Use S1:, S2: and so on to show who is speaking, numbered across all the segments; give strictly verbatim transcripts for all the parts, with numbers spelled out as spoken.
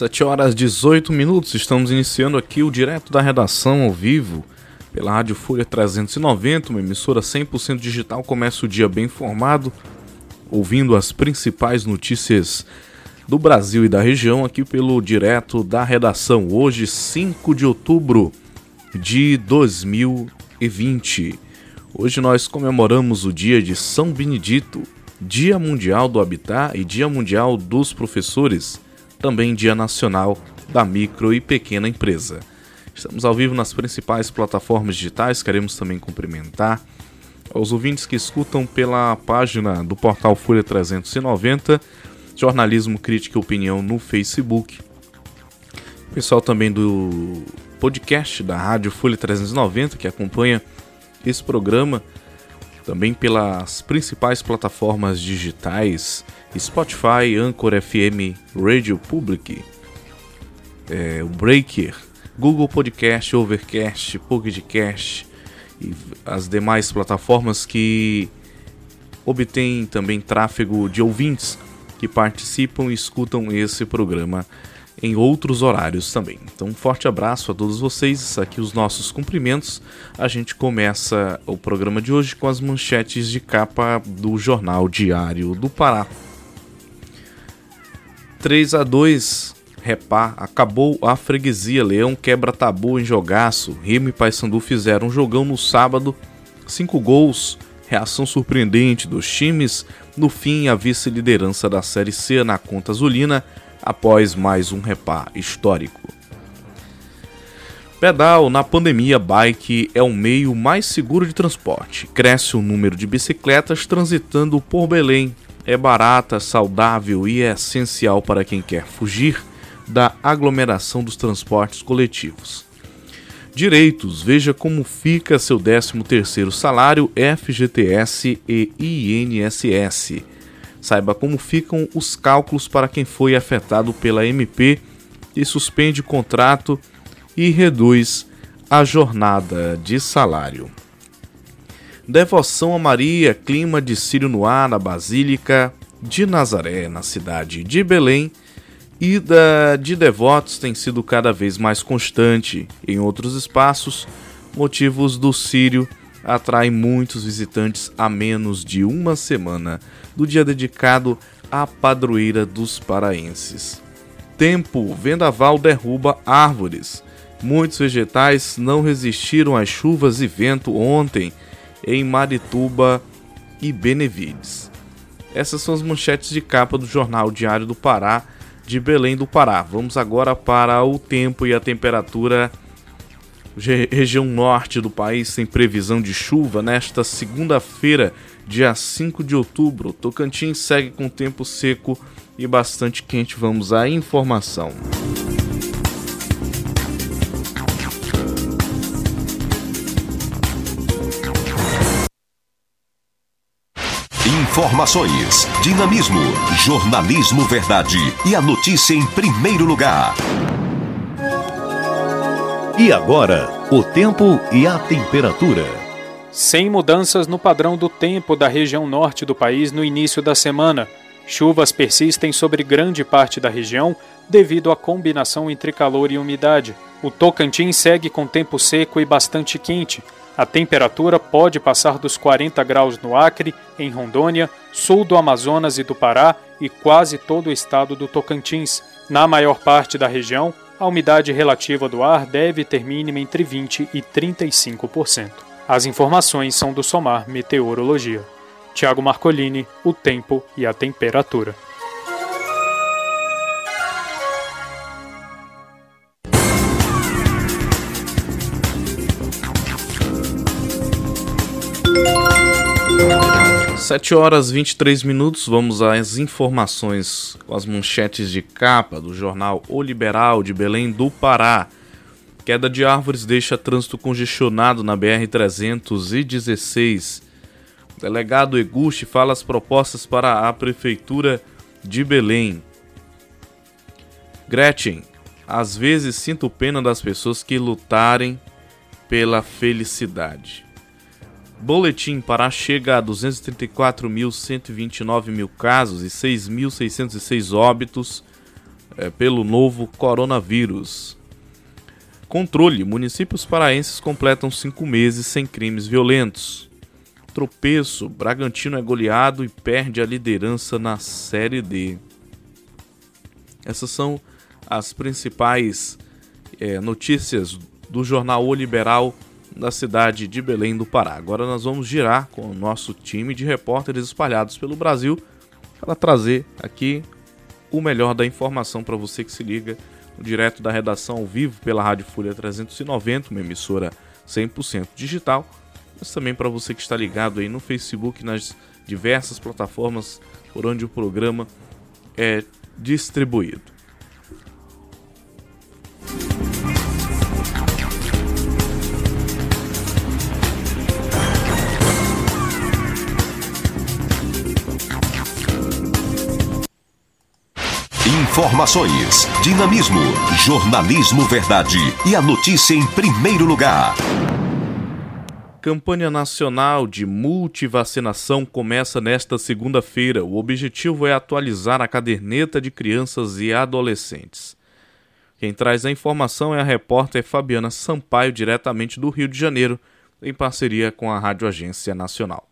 S1: sete horas e dezoito minutos, estamos iniciando aqui o Direto da Redação ao vivo pela Rádio Folha trezentos e noventa, uma emissora cem por cento digital. Começa o dia bem informado, ouvindo as principais notícias do Brasil e da região aqui pelo Direto da Redação. Hoje, cinco de outubro de dois mil e vinte. Hoje nós comemoramos o dia de São Benedito, Dia Mundial do Habitat e Dia Mundial dos Professores, também Dia Nacional da Micro e Pequena Empresa. Estamos ao vivo nas principais plataformas digitais. Queremos também cumprimentar aos ouvintes que escutam pela página do portal Folha trezentos e noventa, Jornalismo, Crítica e Opinião no Facebook. Pessoal também do podcast da Rádio Folha trezentos e noventa, que acompanha esse programa também pelas principais plataformas digitais, Spotify, Anchor F M, Radio Public, é, o Breaker, Google Podcast, Overcast, Pocket Cast e as demais plataformas que obtêm também tráfego de ouvintes que participam e escutam esse programa em outros horários também. Então, um forte abraço a todos vocês, aqui os nossos cumprimentos. A gente começa o programa de hoje com as manchetes de capa do Jornal Diário do Pará. três a dois, Repá, acabou a freguesia, Leão quebra tabu em jogaço, Remo e Paysandu fizeram um jogão no sábado, cinco gols, reação surpreendente dos times, no fim a vice-liderança da Série C na conta azulina, após mais um Repá histórico. Pedal, na pandemia, bike é o meio mais seguro de transporte. Cresce o número de bicicletas transitando por Belém. É barata, saudável e é essencial para quem quer fugir da aglomeração dos transportes coletivos. Direitos, veja como fica seu décimo terceiro salário, F G T S e I N S S. Saiba como ficam os cálculos para quem foi afetado pela M P e suspende contrato e reduz a jornada de salário. Devoção a Maria, clima de círio no ar na Basílica de Nazaré, na cidade de Belém, e da de devotos tem sido cada vez mais constante. Em outros espaços, motivos do círio atraem muitos visitantes a menos de uma semana do dia dedicado à padroeira dos paraenses. Tempo, vendaval derruba árvores. Muitos vegetais não resistiram às chuvas e vento ontem em Marituba e Benevides. Essas são as manchetes de capa do Jornal Diário do Pará, de Belém do Pará. Vamos agora para o tempo e a temperatura. Região norte do país tem previsão de chuva nesta segunda-feira, dia cinco de outubro. Tocantins segue com tempo seco e bastante quente. Vamos à informação.
S2: Informações, dinamismo, jornalismo verdade e a notícia em primeiro lugar. E agora, o tempo e a temperatura.
S3: Sem mudanças no padrão do tempo da região norte do país no início da semana. Chuvas persistem sobre grande parte da região devido à combinação entre calor e umidade. O Tocantins segue com tempo seco e bastante quente. A temperatura pode passar dos quarenta graus no Acre, em Rondônia, sul do Amazonas e do Pará e quase todo o estado do Tocantins. Na maior parte da região, a umidade relativa do ar deve ter mínima entre vinte e trinta e cinco por cento. As informações são do Somar Meteorologia. Tiago Marcolini, o tempo e a temperatura.
S1: sete horas e vinte e três minutos, vamos às informações com as manchetes de capa do jornal O Liberal de Belém do Pará. Queda de árvores deixa trânsito congestionado na B R trezentos e dezesseis. O delegado Eguchi fala as propostas para a Prefeitura de Belém. Gretchen, às vezes sinto pena das pessoas que lutarem pela felicidade. Boletim: Pará chega a duzentos e trinta e quatro mil cento e vinte e nove mil casos e seis mil seiscentos e seis óbitos é, pelo novo coronavírus. Controle. Municípios paraenses completam cinco meses sem crimes violentos. Tropeço. Bragantino é goleado e perde a liderança na Série D. Essas são as principais é, notícias do jornal O Liberal da cidade de Belém do Pará. Agora nós vamos girar com o nosso time de repórteres espalhados pelo Brasil para trazer aqui o melhor da informação para você que se liga no direto da redação ao vivo pela Rádio Folha trezentos e noventa, uma emissora cem por cento digital, mas também para você que está ligado aí no Facebook, nas diversas plataformas por onde o programa é distribuído.
S2: Informações, dinamismo, jornalismo verdade e a notícia em primeiro lugar.
S1: Campanha nacional de multivacinação começa nesta segunda-feira. O objetivo é atualizar a caderneta de crianças e adolescentes. Quem traz a informação é a repórter Fabiana Sampaio, diretamente do Rio de Janeiro, em parceria com a Rádio Agência Nacional.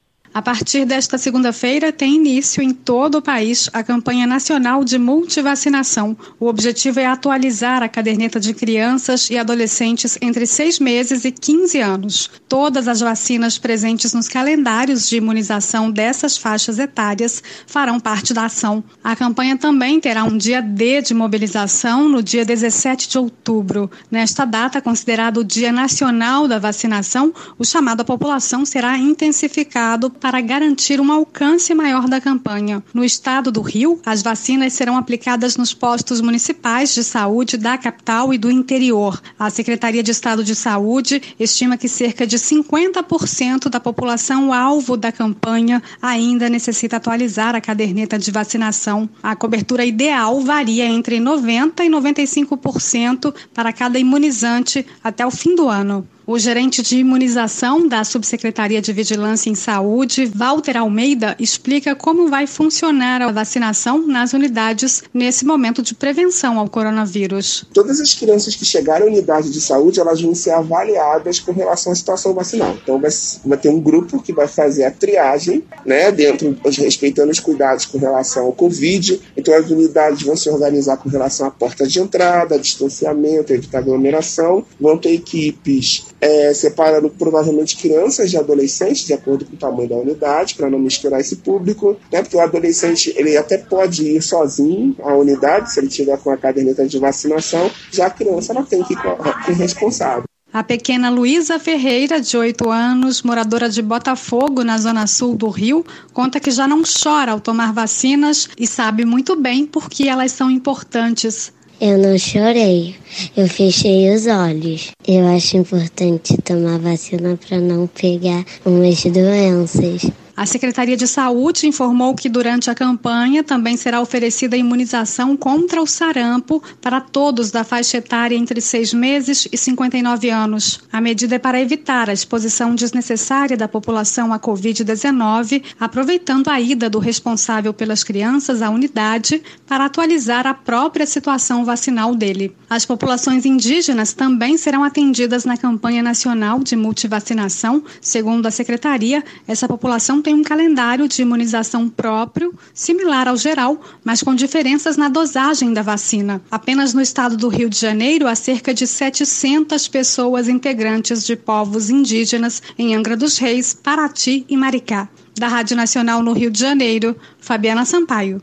S4: A partir desta segunda-feira, tem início em todo o país a campanha nacional de multivacinação. O objetivo é atualizar a caderneta de crianças e adolescentes entre seis meses e quinze anos. Todas as vacinas presentes nos calendários de imunização dessas faixas etárias farão parte da ação. A campanha também terá um dia D de mobilização no dia dezessete de outubro. Nesta data, considerado o Dia Nacional da Vacinação, o chamado à população será intensificado para garantir um alcance maior da campanha. No estado do Rio, as vacinas serão aplicadas nos postos municipais de saúde da capital e do interior. A Secretaria de Estado de Saúde estima que cerca de cinquenta por cento da população alvo da campanha ainda necessita atualizar a caderneta de vacinação. A cobertura ideal varia entre noventa por cento e noventa e cinco por cento para cada imunizante até o fim do ano. O gerente de imunização da Subsecretaria de Vigilância em Saúde, Walter Almeida, explica como vai funcionar a vacinação nas unidades nesse momento de prevenção ao coronavírus.
S5: Todas as crianças que chegarem à unidade de saúde, elas vão ser avaliadas com relação à situação vacinal. Então vai, vai ter um grupo que vai fazer a triagem, né, dentro, respeitando os cuidados com relação ao Covid. Então as unidades vão se organizar com relação à porta de entrada, distanciamento, evitar aglomeração. Vão ter equipes É, separando provavelmente crianças de adolescentes, de acordo com o tamanho da unidade, para não misturar esse público, né? Porque o adolescente ele até pode ir sozinho à unidade, se ele tiver com a caderneta de vacinação, já a criança ela tem que ir com o responsável.
S4: A pequena Luísa Ferreira, de oito anos, moradora de Botafogo, na zona sul do Rio, conta que já não chora ao tomar vacinas e sabe muito bem por que elas são importantes.
S6: Eu não chorei, eu fechei os olhos. Eu acho importante tomar vacina para não pegar umas doenças.
S4: A Secretaria de Saúde informou que durante a campanha também será oferecida a imunização contra o sarampo para todos da faixa etária entre seis meses e cinquenta e nove anos. A medida é para evitar a exposição desnecessária da população à covid dezenove, aproveitando a ida do responsável pelas crianças à unidade para atualizar a própria situação vacinal dele. As populações indígenas também serão atendidas na campanha nacional de multivacinação. Segundo a Secretaria, essa população tem um calendário de imunização próprio, similar ao geral, mas com diferenças na dosagem da vacina. Apenas no estado do Rio de Janeiro, há cerca de setecentas pessoas integrantes de povos indígenas em Angra dos Reis, Paraty e Maricá. Da Rádio Nacional no Rio de Janeiro, Fabiana Sampaio.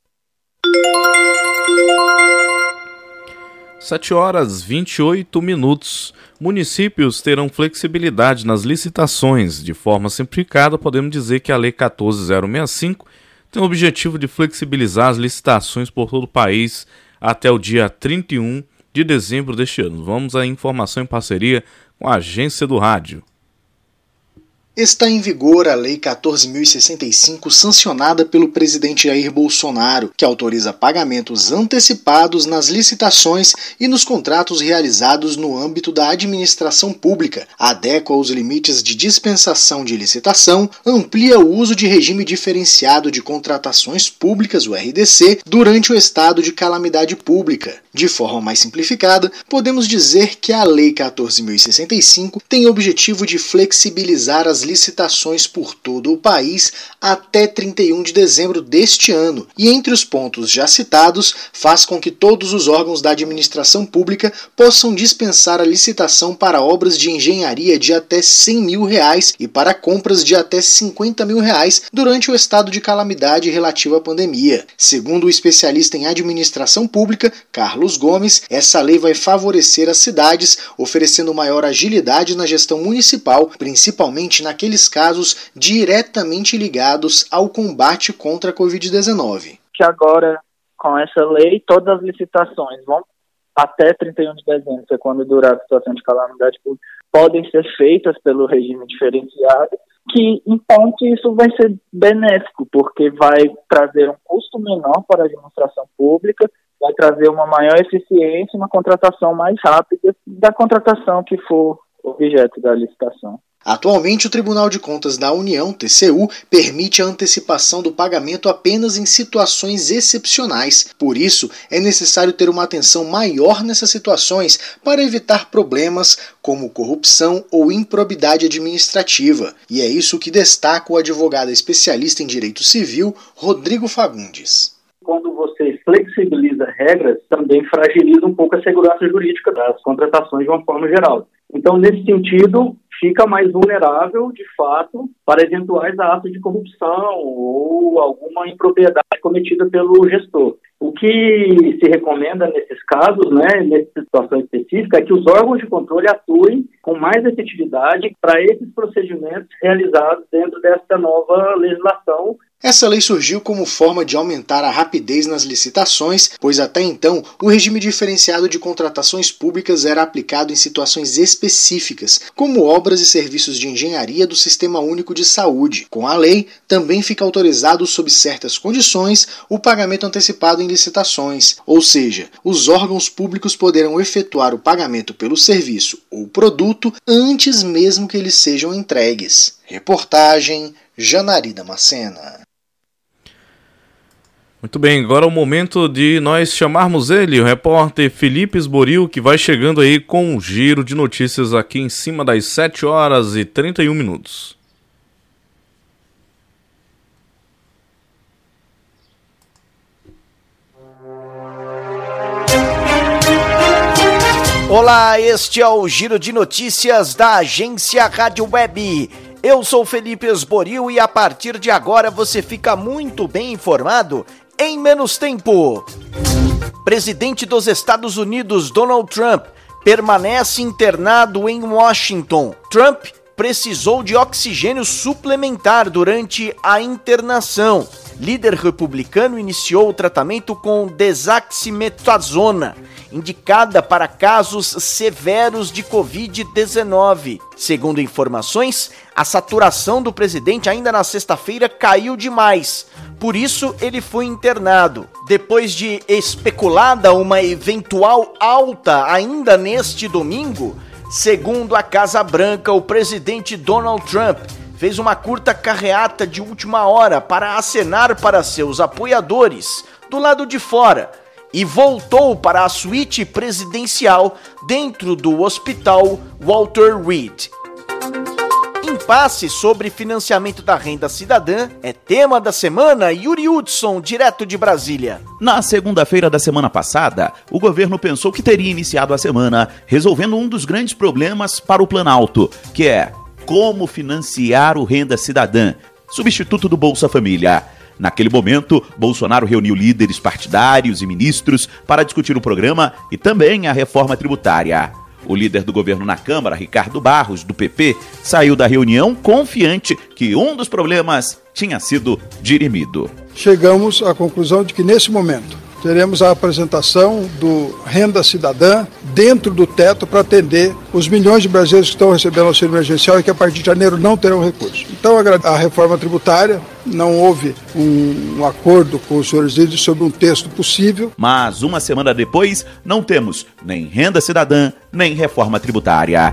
S1: sete horas e vinte e oito minutos. Municípios terão flexibilidade nas licitações. De forma simplificada, podemos dizer que a Lei quatorze mil sessenta e cinco tem o objetivo de flexibilizar as licitações por todo o país até o dia trinta e um de dezembro deste ano. Vamos à informação em parceria com a Agência do Rádio.
S7: Está em vigor a Lei quatorze mil e sessenta e cinco, sancionada pelo presidente Jair Bolsonaro, que autoriza pagamentos antecipados nas licitações e nos contratos realizados no âmbito da administração pública, adequa os limites de dispensação de licitação, amplia o uso de regime diferenciado de contratações públicas, o R D C, durante o estado de calamidade pública. De forma mais simplificada, podemos dizer que a Lei quatorze mil e sessenta e cinco tem o objetivo de flexibilizar as licitações por todo o país até trinta e um de dezembro deste ano, e entre os pontos já citados, faz com que todos os órgãos da administração pública possam dispensar a licitação para obras de engenharia de até cem mil reais e para compras de até cinquenta mil reais durante o estado de calamidade relativo à pandemia. Segundo o especialista em administração pública, Carlos Gomes, essa lei vai favorecer as cidades, oferecendo maior agilidade na gestão municipal, principalmente na naqueles casos diretamente ligados ao combate contra a covid dezenove.
S8: Que agora, com essa lei, todas as licitações vão até trinta e um de dezembro, que é quando durar a situação de calamidade pública, podem ser feitas pelo regime diferenciado, que então que isso vai ser benéfico, porque vai trazer um custo menor para a administração pública, vai trazer uma maior eficiência e uma contratação mais rápida da contratação que for objeto da licitação.
S7: Atualmente, o Tribunal de Contas da União, T C U, permite a antecipação do pagamento apenas em situações excepcionais. Por isso, é necessário ter uma atenção maior nessas situações para evitar problemas como corrupção ou improbidade administrativa. E é isso que destaca o advogado especialista em direito civil, Rodrigo Fagundes.
S9: Quando você flexibiliza regras, também fragiliza um pouco a segurança jurídica das contratações de uma forma geral. Então, nesse sentido, fica mais vulnerável, de fato, para eventuais atos de corrupção ou alguma impropriedade cometida pelo gestor. O que se recomenda nesses casos, né, nessa situação específica, é que os órgãos de controle atuem com mais efetividade para esses procedimentos realizados dentro desta nova legislação.
S7: Essa lei surgiu como forma de aumentar a rapidez nas licitações, pois até então o regime diferenciado de contratações públicas era aplicado em situações específicas, como obras e serviços de engenharia do Sistema Único de Saúde. Com a lei, também fica autorizado, sob certas condições, o pagamento antecipado em licitações, ou seja, os órgãos públicos poderão efetuar o pagamento pelo serviço ou produto antes mesmo que eles sejam entregues. Reportagem Janari Damascena.
S1: Muito bem, agora é o momento de nós chamarmos ele, o repórter Felipe Esboril, que vai chegando aí com um giro de notícias aqui em cima das sete horas e trinta e um minutos.
S10: Olá, este é o Giro de Notícias da Agência Rádio Web. Eu sou Felipe Esboril e a partir de agora você fica muito bem informado em menos tempo. Presidente dos Estados Unidos, Donald Trump, permanece internado em Washington. Trump precisou de oxigênio suplementar durante a internação. Líder republicano iniciou o tratamento com desaxmetasona, indicada para casos severos de covid dezenove. Segundo informações, a saturação do presidente ainda na sexta-feira caiu demais. Por isso, ele foi internado. Depois de especulada uma eventual alta ainda neste domingo, segundo a Casa Branca, o presidente Donald Trump fez uma curta carreata de última hora para acenar para seus apoiadores do lado de fora e voltou para a suíte presidencial dentro do hospital Walter Reed. Impasse sobre financiamento da renda cidadã é tema da semana. Yuri Hudson, direto de Brasília.
S11: Na segunda-feira da semana passada, o governo pensou que teria iniciado a semana resolvendo um dos grandes problemas para o Planalto, que é como financiar o Renda Cidadã, substituto do Bolsa Família. Naquele momento, Bolsonaro reuniu líderes partidários e ministros para discutir o programa e também a reforma tributária. O líder do governo na Câmara, Ricardo Barros, do P P, saiu da reunião confiante que um dos problemas tinha sido dirimido.
S12: Chegamos à conclusão de que, nesse momento, teremos a apresentação do Renda Cidadã dentro do teto para atender os milhões de brasileiros que estão recebendo auxílio emergencial e que a partir de janeiro não terão recurso. Então a reforma tributária, não houve um, um acordo com os senhores líderes sobre um texto possível.
S11: Mas uma semana depois não temos nem Renda Cidadã, nem reforma tributária.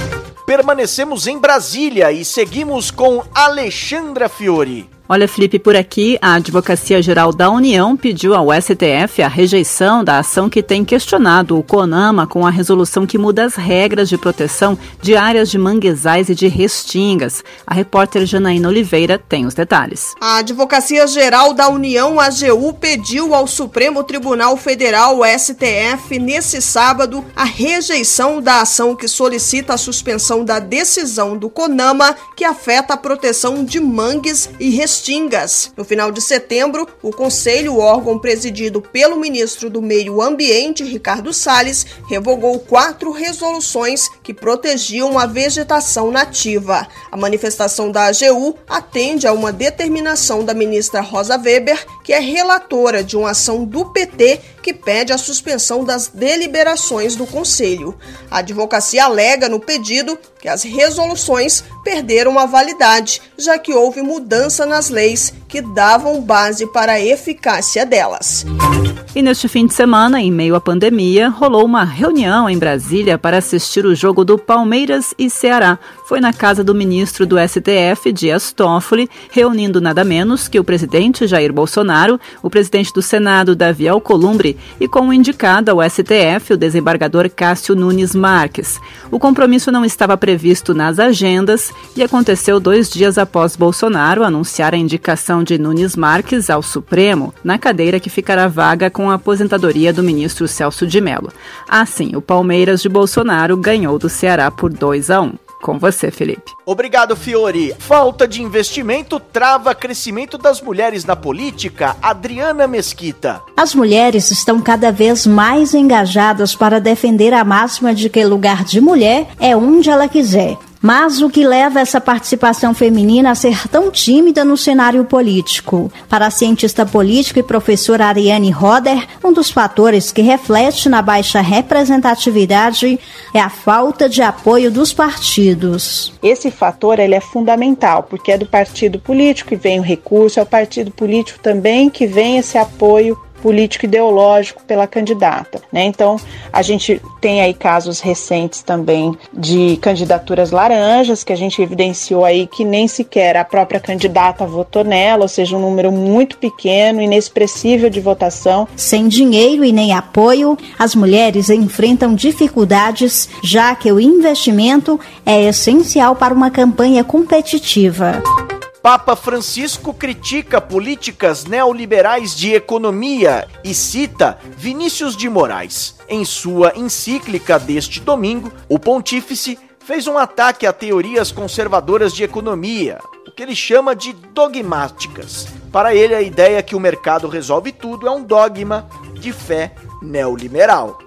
S10: Permanecemos em Brasília e seguimos com Alexandra Fiori.
S13: Olha, Felipe, por aqui, a Advocacia Geral da União pediu ao S T F a rejeição da ação que tem questionado o CONAMA com a resolução que muda as regras de proteção de áreas de manguezais e de restingas. A repórter Janaína Oliveira tem os detalhes.
S14: A Advocacia Geral da União, A G U, pediu ao Supremo Tribunal Federal, S T F, nesse sábado, a rejeição da ação que solicita a suspensão da decisão do CONAMA que afeta a proteção de mangues e restingas. No final de setembro, o Conselho, órgão presidido pelo ministro do Meio Ambiente, Ricardo Salles, revogou quatro resoluções que protegiam a vegetação nativa. A manifestação da A G U atende a uma determinação da ministra Rosa Weber, que é relatora de uma ação do P T que pede a suspensão das deliberações do Conselho. A advocacia alega no pedido que as resoluções perderam a validade, já que houve mudança nas leis que davam base para a eficácia delas.
S13: E neste fim de semana, em meio à pandemia, rolou uma reunião em Brasília para assistir o jogo do Palmeiras e Ceará. Foi na casa do ministro do S T F, Dias Toffoli, reunindo nada menos que o presidente Jair Bolsonaro, o presidente do Senado, Davi Alcolumbre, e com o indicado ao S T F, o desembargador Cássio Nunes Marques. O compromisso não estava previsto nas agendas e aconteceu dois dias após Bolsonaro anunciar a indicação de Nunes Marques ao Supremo, na cadeira que ficará vaga com a aposentadoria do ministro Celso de Mello. Assim, o Palmeiras de Bolsonaro ganhou do Ceará por dois a um. Com você, Felipe.
S10: Obrigado, Fiori. Falta de investimento trava crescimento das mulheres na política. Adriana Mesquita.
S15: As mulheres estão cada vez mais engajadas para defender a máxima de que lugar de mulher é onde ela quiser. Mas o que leva essa participação feminina a ser tão tímida no cenário político? Para a cientista política e professora Ariane Roder, um dos fatores que reflete na baixa representatividade é a falta de apoio dos partidos.
S16: Esse fator ele é fundamental, porque é do partido político que vem o recurso, é o partido político também que vem esse apoio político ideológico pela candidata, né? Então, a gente tem aí casos recentes também de candidaturas laranjas, que a gente evidenciou aí que nem sequer a própria candidata votou nela, ou seja, um número muito pequeno, inexpressível de votação.
S15: Sem dinheiro e nem apoio, as mulheres enfrentam dificuldades, já que o investimento é essencial para uma campanha competitiva.
S10: Papa Francisco critica políticas neoliberais de economia e cita Vinícius de Moraes. Em sua encíclica deste domingo, o pontífice fez um ataque a teorias conservadoras de economia, o que ele chama de dogmáticas. Para ele, a ideia que o mercado resolve tudo é um dogma de fé neoliberal.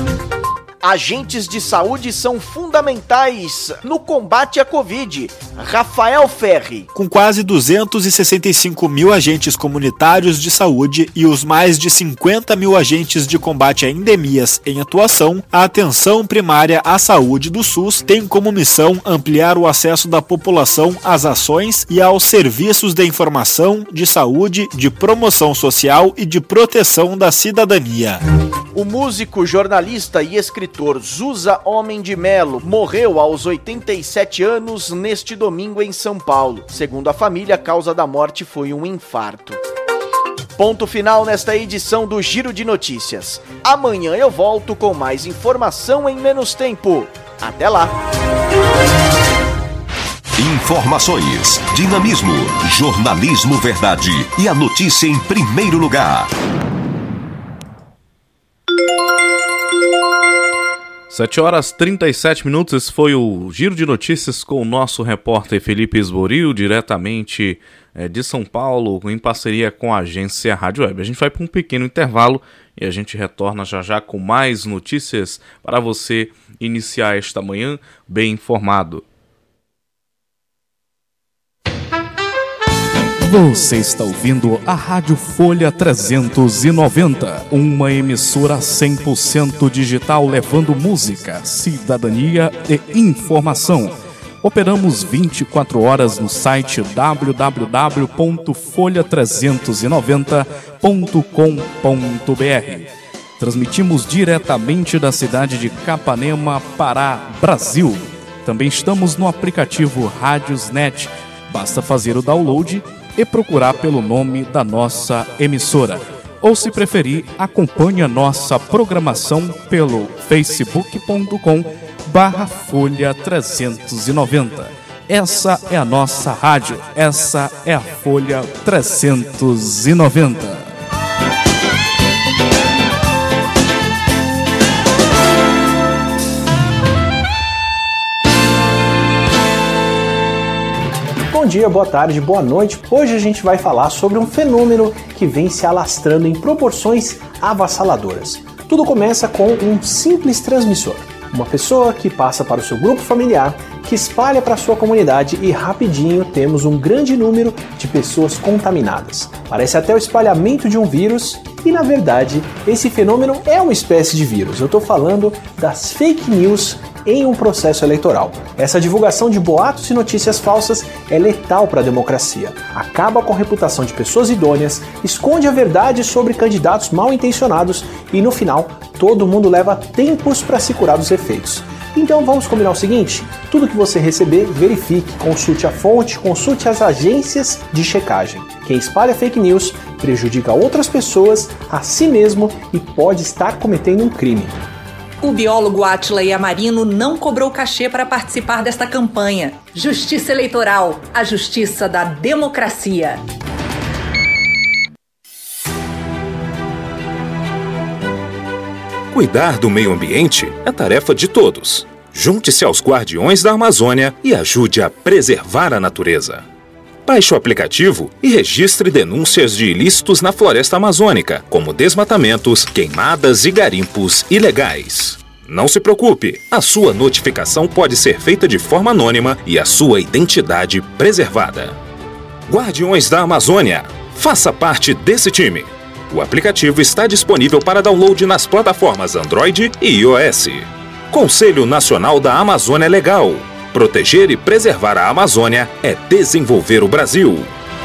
S10: Agentes de saúde são fundamentais no combate à Covid. Rafael Ferri.
S17: Com quase duzentos e sessenta e cinco mil agentes comunitários de saúde e os mais de cinquenta mil agentes de combate a endemias em atuação, a Atenção Primária à Saúde do SUS tem como missão ampliar o acesso da população às ações e aos serviços de informação, de saúde, de promoção social e de proteção da cidadania.
S10: O músico, jornalista e escritor Zusa Homem de Melo morreu aos oitenta e sete anos neste domingo em São Paulo. Segundo a família, a causa da morte foi um infarto. Ponto final nesta edição do Giro de Notícias. Amanhã eu volto com mais informação em menos tempo. Até lá!
S2: Informações, dinamismo, jornalismo verdade e a notícia em primeiro lugar.
S1: sete horas e trinta e sete minutos, esse foi o Giro de Notícias com o nosso repórter Felipe Esboril, diretamente é, de São Paulo, em parceria com a agência Rádio Web. A gente vai para um pequeno intervalo e a gente retorna já já com mais notícias para você iniciar esta manhã bem informado.
S18: Você está ouvindo a Rádio Folha trezentos e noventa, uma emissora cem por cento digital levando música, cidadania e informação. Operamos vinte e quatro horas no site w w w ponto folha trezentos e noventa ponto com ponto b r. Transmitimos diretamente da cidade de Capanema, Pará, Brasil. Também estamos no aplicativo Rádiosnet. Basta fazer o download e procurar pelo nome da nossa emissora. Ou, se preferir, acompanhe a nossa programação pelo facebook ponto com barra folha trezentos e noventa. Essa é a nossa rádio, essa é a Folha trezentos e noventa.
S19: Bom dia, boa tarde, boa noite. Hoje a gente vai falar sobre um fenômeno que vem se alastrando em proporções avassaladoras. Tudo começa com um simples transmissor. Uma pessoa que passa para o seu grupo familiar, que espalha para a sua comunidade e rapidinho temos um grande número de pessoas contaminadas. Parece até o espalhamento de um vírus e, na verdade, esse fenômeno é uma espécie de vírus. Eu estou falando das fake news em um processo eleitoral. Essa divulgação de boatos e notícias falsas é letal para a democracia. Acaba com a reputação de pessoas idôneas, esconde a verdade sobre candidatos mal intencionados e, no final, todo mundo leva tempos para se curar dos efeitos. Então vamos combinar o seguinte: tudo que você receber, verifique, consulte a fonte, consulte as agências de checagem. Quem espalha fake news prejudica outras pessoas, a si mesmo e pode estar cometendo um crime.
S20: O biólogo Átila Yamarino não cobrou cachê para participar desta campanha. Justiça Eleitoral, a justiça da democracia.
S21: Cuidar do meio ambiente é tarefa de todos. Junte-se aos Guardiões da Amazônia e ajude a preservar a natureza. Baixe o aplicativo e registre denúncias de ilícitos na floresta amazônica, como desmatamentos, queimadas e garimpos ilegais. Não se preocupe, a sua notificação pode ser feita de forma anônima e a sua identidade preservada. Guardiões da Amazônia, faça parte desse time. O aplicativo está disponível para download nas plataformas Android e iOS. Conselho Nacional da Amazônia Legal. Proteger e preservar a Amazônia é desenvolver o Brasil.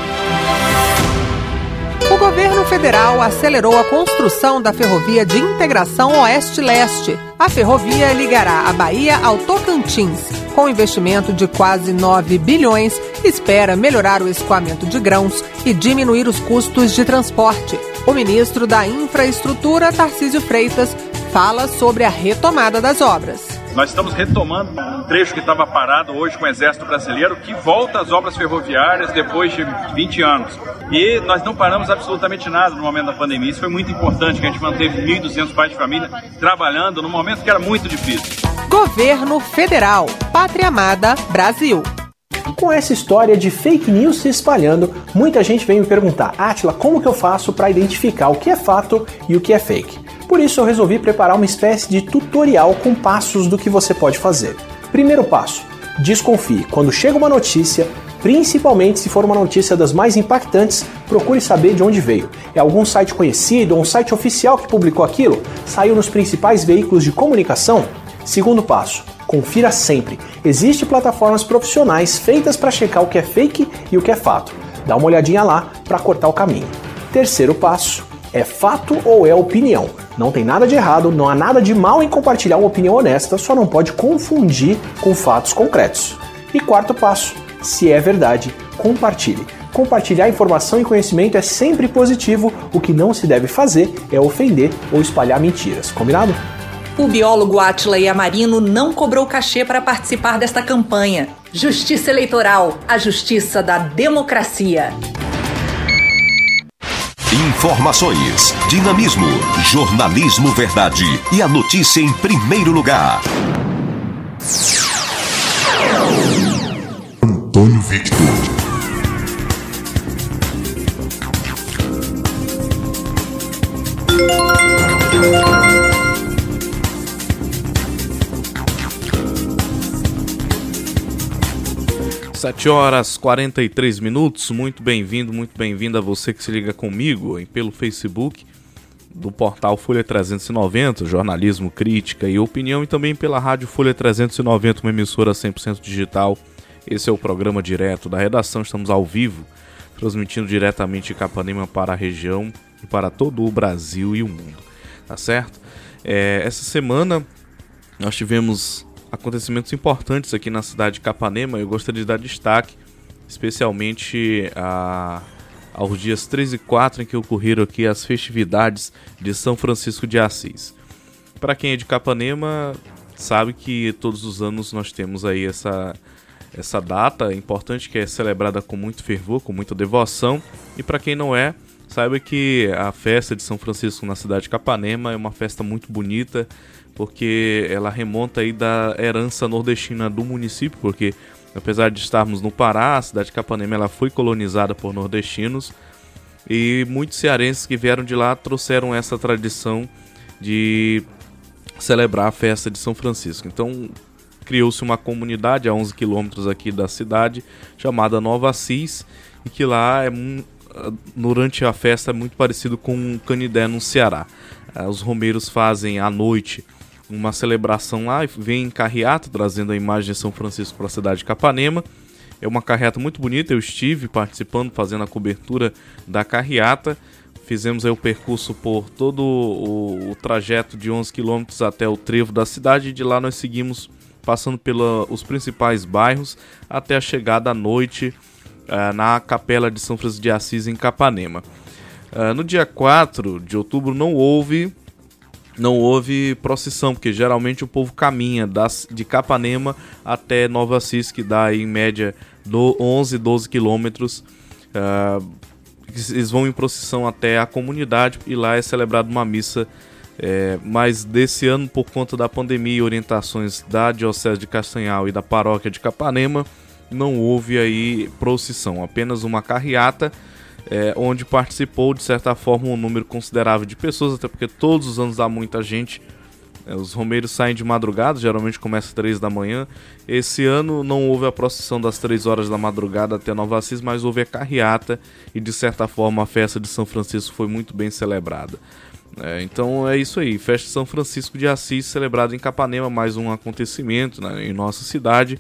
S22: O governo federal acelerou a construção da ferrovia de integração Oeste-Leste. A ferrovia ligará a Bahia ao Tocantins. Com investimento de quase nove bilhões, espera melhorar o escoamento de grãos e diminuir os custos de transporte. O ministro da Infraestrutura, Tarcísio Freitas, fala sobre a retomada das obras.
S23: Nós estamos retomando um trecho que estava parado hoje com o Exército Brasileiro, que volta às obras ferroviárias depois de vinte anos. E nós não paramos absolutamente nada no momento da pandemia. Isso foi muito importante, que a gente manteve mil e duzentos pais de família trabalhando num momento que era muito difícil.
S22: Governo Federal, Pátria Amada, Brasil.
S19: Com essa história de fake news se espalhando, muita gente vem me perguntar: Átila, como que eu faço para identificar o que é fato e o que é fake? Por isso eu resolvi preparar uma espécie de tutorial com passos do que você pode fazer. Primeiro passo: desconfie. Quando chega uma notícia, principalmente se for uma notícia das mais impactantes, procure saber de onde veio. É algum site conhecido ou um site oficial que publicou aquilo? Saiu nos principais veículos de comunicação? Segundo passo: confira sempre. Existem plataformas profissionais feitas para checar o que é fake e o que é fato. Dá uma olhadinha lá para cortar o caminho. Terceiro passo: é fato ou é opinião? Não tem nada de errado, não há nada de mal em compartilhar uma opinião honesta, só não pode confundir com fatos concretos. E quarto passo: se é verdade, compartilhe. Compartilhar informação e conhecimento é sempre positivo, o que não se deve fazer é ofender ou espalhar mentiras, combinado?
S20: O biólogo Átila Yamarino não cobrou cachê para participar desta campanha. Justiça Eleitoral, a justiça da democracia.
S2: Informações, dinamismo, jornalismo verdade e a notícia em primeiro lugar. Antônio Victor.
S1: sete horas e quarenta e três minutos, muito bem-vindo, muito bem-vindo a você que se liga comigo hein, pelo Facebook do portal Folha trezentos e noventa, jornalismo, crítica e opinião, e também pela rádio Folha trezentos e noventa, uma emissora cem por cento digital. Esse é o programa direto da redação, estamos ao vivo, transmitindo diretamente de Capanema para a região e para todo o Brasil e o mundo, tá certo? É, essa semana nós tivemos acontecimentos importantes aqui na cidade de Capanema. Eu gostaria de dar destaque especialmente a, aos dias três e quatro em que ocorreram aqui as festividades de São Francisco de Assis. Para quem é de Capanema sabe que todos os anos nós temos aí essa, essa data importante que é celebrada com muito fervor, com muita devoção, e para quem não é, saiba que a festa de São Francisco na cidade de Capanema é uma festa muito bonita, porque ela remonta aí da herança nordestina do município, porque apesar de estarmos no Pará, a cidade de Capanema ela foi colonizada por nordestinos, e muitos cearenses que vieram de lá trouxeram essa tradição de celebrar a festa de São Francisco. Então criou-se uma comunidade a onze quilômetros aqui da cidade, chamada Nova Assis, e que lá é durante a festa é muito parecido com Canidé no Ceará. Os romeiros fazem à noite uma celebração lá e vem em carreata trazendo a imagem de São Francisco para a cidade de Capanema. É uma carreata muito bonita, eu estive participando, fazendo a cobertura da carreata. Fizemos aí o percurso por todo o, o trajeto de onze quilômetros até o trevo da cidade, e de lá nós seguimos passando pelos principais bairros até a chegada à noite Uh, na Capela de São Francisco de Assis em Capanema. Uh, no dia quatro de outubro não houve, não houve procissão, porque geralmente o povo caminha das, de Capanema até Nova Assis, que dá aí, em média do onze, doze quilômetros. Uh, eles vão em procissão até a comunidade e lá é celebrada uma missa. É, mas desse ano, por conta da pandemia e orientações da Diocese de Castanhal e da Paróquia de Capanema, não houve aí procissão, apenas uma carreata, é, onde participou de certa forma um número considerável de pessoas, até porque todos os anos há muita gente. É, os romeiros saem de madrugada, geralmente começa às três da manhã. Esse ano não houve a procissão das três horas da madrugada até Nova Assis, mas houve a carreata e de certa forma a festa de São Francisco foi muito bem celebrada. É, então é isso aí, festa de São Francisco de Assis celebrada em Capanema, mais um acontecimento, né, em nossa cidade.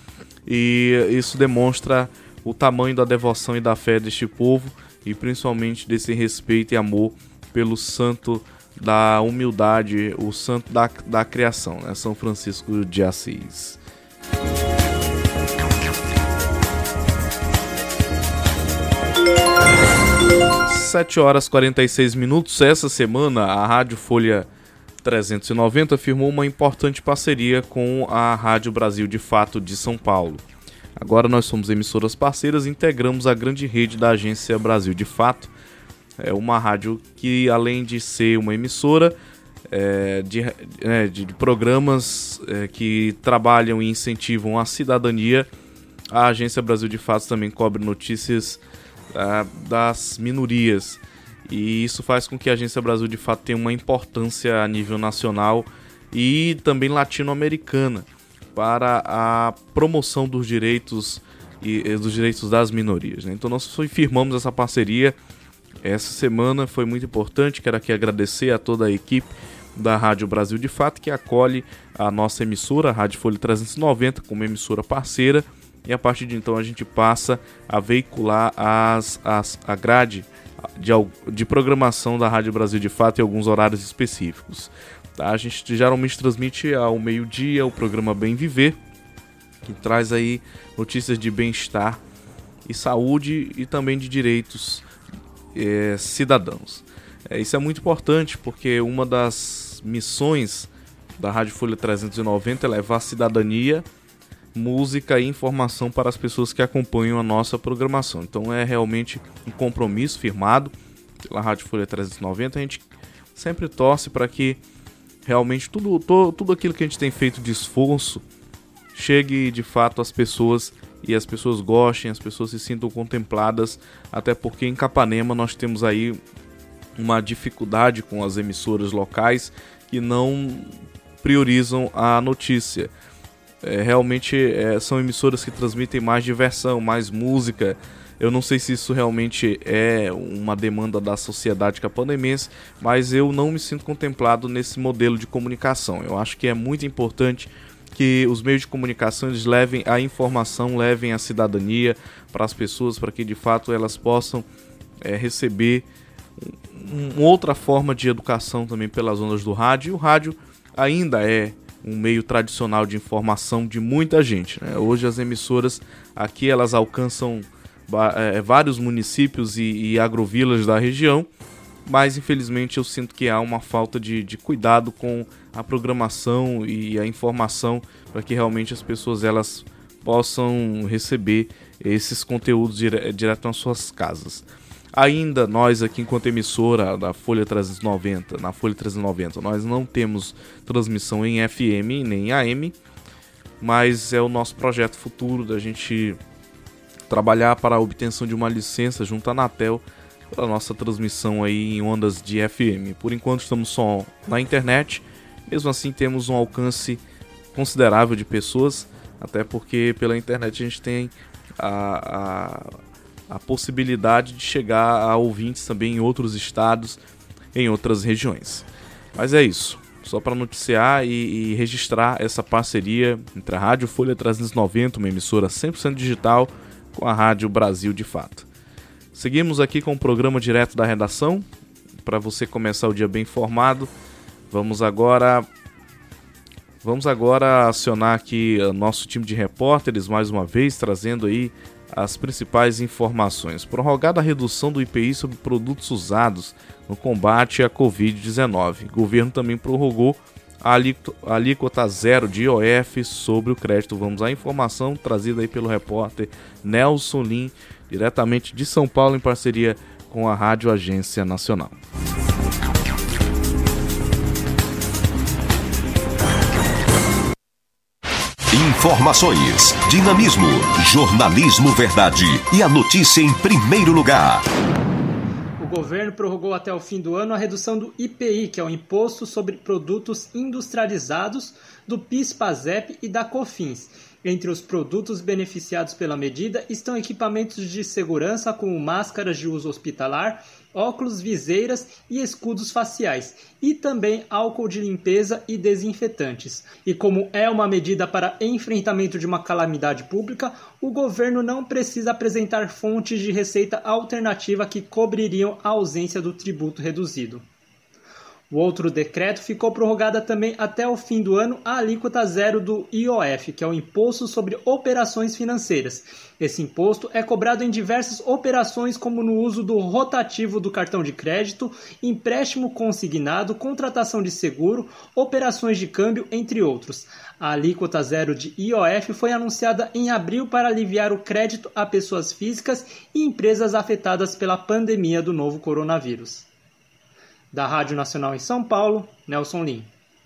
S1: E isso demonstra o tamanho da devoção e da fé deste povo, e principalmente desse respeito e amor pelo santo da humildade, o santo da, da criação, né? São Francisco de Assis. sete horas e quarenta e seis minutos. Essa semana a Rádio Folha trezentos e noventa firmou uma importante parceria com a Rádio Brasil de Fato de São Paulo. Agora nós somos emissoras parceiras e integramos a grande rede da Agência Brasil de Fato. É uma rádio que, além de ser uma emissora é, de, é, de, de programas é, que trabalham e incentivam a cidadania, a Agência Brasil de Fato também cobre notícias é, das minorias. E isso faz com que a Agência Brasil de Fato tenha uma importância a nível nacional e também latino-americana para a promoção dos direitos e dos direitos das minorias, né? Então nós firmamos essa parceria essa semana, foi muito importante. Quero aqui agradecer a toda a equipe da Rádio Brasil de Fato que acolhe a nossa emissora, a Rádio Folha trezentos e noventa, como emissora parceira, e a partir de então a gente passa a veicular as, as, a grade De, de programação da Rádio Brasil de Fato em alguns horários específicos. Tá? A gente geralmente transmite ao meio-dia o programa Bem Viver, que traz aí notícias de bem-estar e saúde e também de direitos é, cidadãos. É, isso é muito importante porque uma das missões da Rádio Folha trezentos e noventa é levar cidadania, música e informação para as pessoas que acompanham a nossa programação. Então é realmente um compromisso firmado pela Rádio Folha trezentos e noventa. A gente sempre torce para que realmente tudo, to, tudo aquilo que a gente tem feito de esforço chegue de fato às pessoas e as pessoas gostem, as pessoas se sintam contempladas, até porque em Capanema nós temos aí uma dificuldade com as emissoras locais que não priorizam a notícia. É, realmente é, são emissoras que transmitem mais diversão, mais música. Eu não sei se isso realmente é uma demanda da sociedade capandemense, mas eu não me sinto contemplado nesse modelo de comunicação. Eu acho que é muito importante que os meios de comunicação eles levem a informação, levem a cidadania para as pessoas, para que de fato elas possam é, receber uma outra forma de educação também pelas ondas do rádio. E o rádio ainda é um meio tradicional de informação de muita gente, né? Hoje as emissoras aqui elas alcançam é, vários municípios e, e agrovilas da região, mas infelizmente eu sinto que há uma falta de, de cuidado com a programação e a informação para que realmente as pessoas elas possam receber esses conteúdos dire, direto nas suas casas. Ainda nós aqui enquanto emissora da Folha trezentos e noventa, na Folha trezentos e noventa, nós não temos transmissão em F M nem em A M, mas é o nosso projeto futuro da gente trabalhar para a obtenção de uma licença junto à Anatel para a nossa transmissão aí em ondas de F M. Por enquanto estamos só na internet, mesmo assim temos um alcance considerável de pessoas, até porque pela internet a gente tem a, a, a possibilidade de chegar a ouvintes também em outros estados, em outras regiões. Mas é isso, só para noticiar e, e registrar essa parceria entre a Rádio Folha trezentos e noventa, uma emissora cem por cento digital, com a Rádio Brasil de Fato. Seguimos aqui com o programa direto da redação, para você começar o dia bem informado. Vamos agora, vamos agora acionar aqui o nosso time de repórteres, mais uma vez, trazendo aí as principais informações. Prorrogada a redução do I P I sobre produtos usados no combate à covid dezenove. O governo também prorrogou a alíquota zero de I O F sobre o crédito. Vamos à informação trazida aí pelo repórter Nelson Lim, diretamente de São Paulo, em parceria com a Rádio Agência Nacional.
S2: Informações, dinamismo, jornalismo verdade e a notícia em primeiro lugar.
S3: O governo prorrogou até o fim do ano a redução do I P I, que é o Imposto sobre Produtos Industrializados, do PIS/PASEP e da COFINS. Entre os produtos beneficiados pela medida estão equipamentos de segurança como máscaras de uso hospitalar, óculos, viseiras e escudos faciais, e também álcool de limpeza e desinfetantes. E como é uma medida para enfrentamento de uma calamidade pública, o governo não precisa apresentar fontes de receita alternativa que cobririam a ausência do tributo reduzido. O outro decreto ficou prorrogada também até o fim do ano a alíquota zero do I O F, que é o Imposto sobre Operações Financeiras. Esse imposto é cobrado em diversas operações, como no uso do rotativo do cartão de crédito, empréstimo consignado, contratação de seguro, operações de câmbio, entre outros. A alíquota zero de I O F foi anunciada em abril para aliviar o crédito a pessoas físicas e empresas afetadas pela pandemia do novo coronavírus. Da Rádio Nacional em São Paulo, Nelson Lim.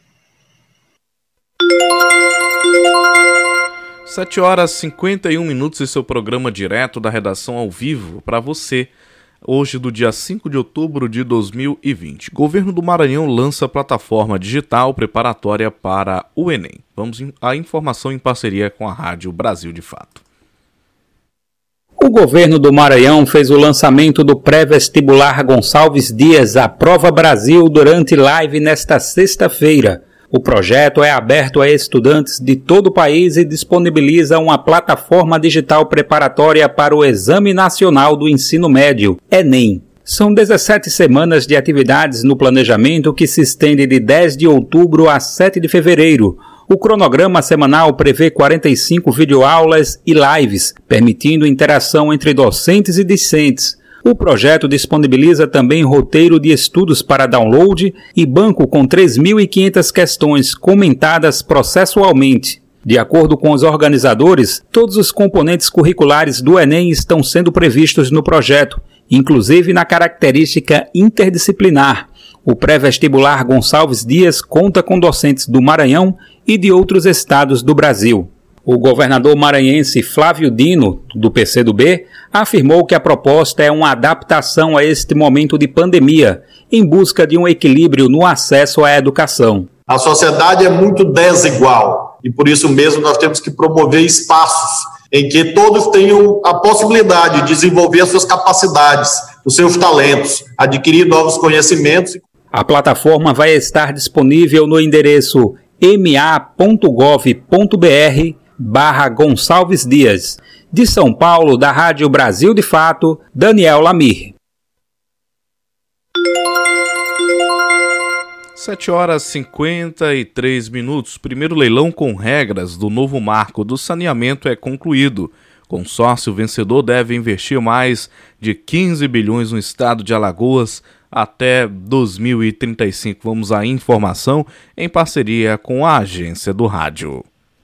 S1: sete horas e cinquenta e um minutos e seu programa direto da redação ao vivo para você, hoje do dia cinco de outubro de dois mil e vinte. Governo do Maranhão lança plataforma digital preparatória para o Enem. Vamos à informação em parceria com a Rádio Brasil de Fato.
S5: O governo do Maranhão fez o lançamento do pré-vestibular Gonçalves Dias, a Prova Brasil, durante live nesta sexta-feira. O projeto é aberto a estudantes de todo o país e disponibiliza uma plataforma digital preparatória para o Exame Nacional do Ensino Médio, Enem. São dezessete semanas de atividades no planejamento que se estende de dez de outubro a sete de fevereiro. O cronograma semanal prevê quarenta e cinco videoaulas e lives, permitindo interação entre docentes e discentes. O projeto disponibiliza também roteiro de estudos para download e banco com três mil e quinhentas questões comentadas processualmente. De acordo com os organizadores, todos os componentes curriculares do Enem estão sendo previstos no projeto, inclusive na característica interdisciplinar. O pré-vestibular Gonçalves Dias conta com docentes do Maranhão e de outros estados do Brasil. O governador maranhense Flávio Dino, do P C do B, afirmou que a proposta é uma adaptação a este momento de pandemia, em busca de um equilíbrio no acesso à educação.
S6: A sociedade é muito desigual
S4: E por isso mesmo nós temos que promover espaços em que todos tenham a possibilidade de desenvolver as suas capacidades, os seus talentos, adquirir novos conhecimentos.
S5: A plataforma vai estar disponível no endereço ma.gov.br barra Gonçalves Dias. De São Paulo, da Rádio Brasil de Fato, Daniel Lamir.
S1: sete horas e cinquenta e três minutos. Primeiro leilão com regras do novo marco do saneamento é concluído. Consórcio vencedor deve investir mais de quinze bilhões no estado de Alagoas até dois mil e trinta e cinco. Vamos à informação em parceria com a Agência do Rádio.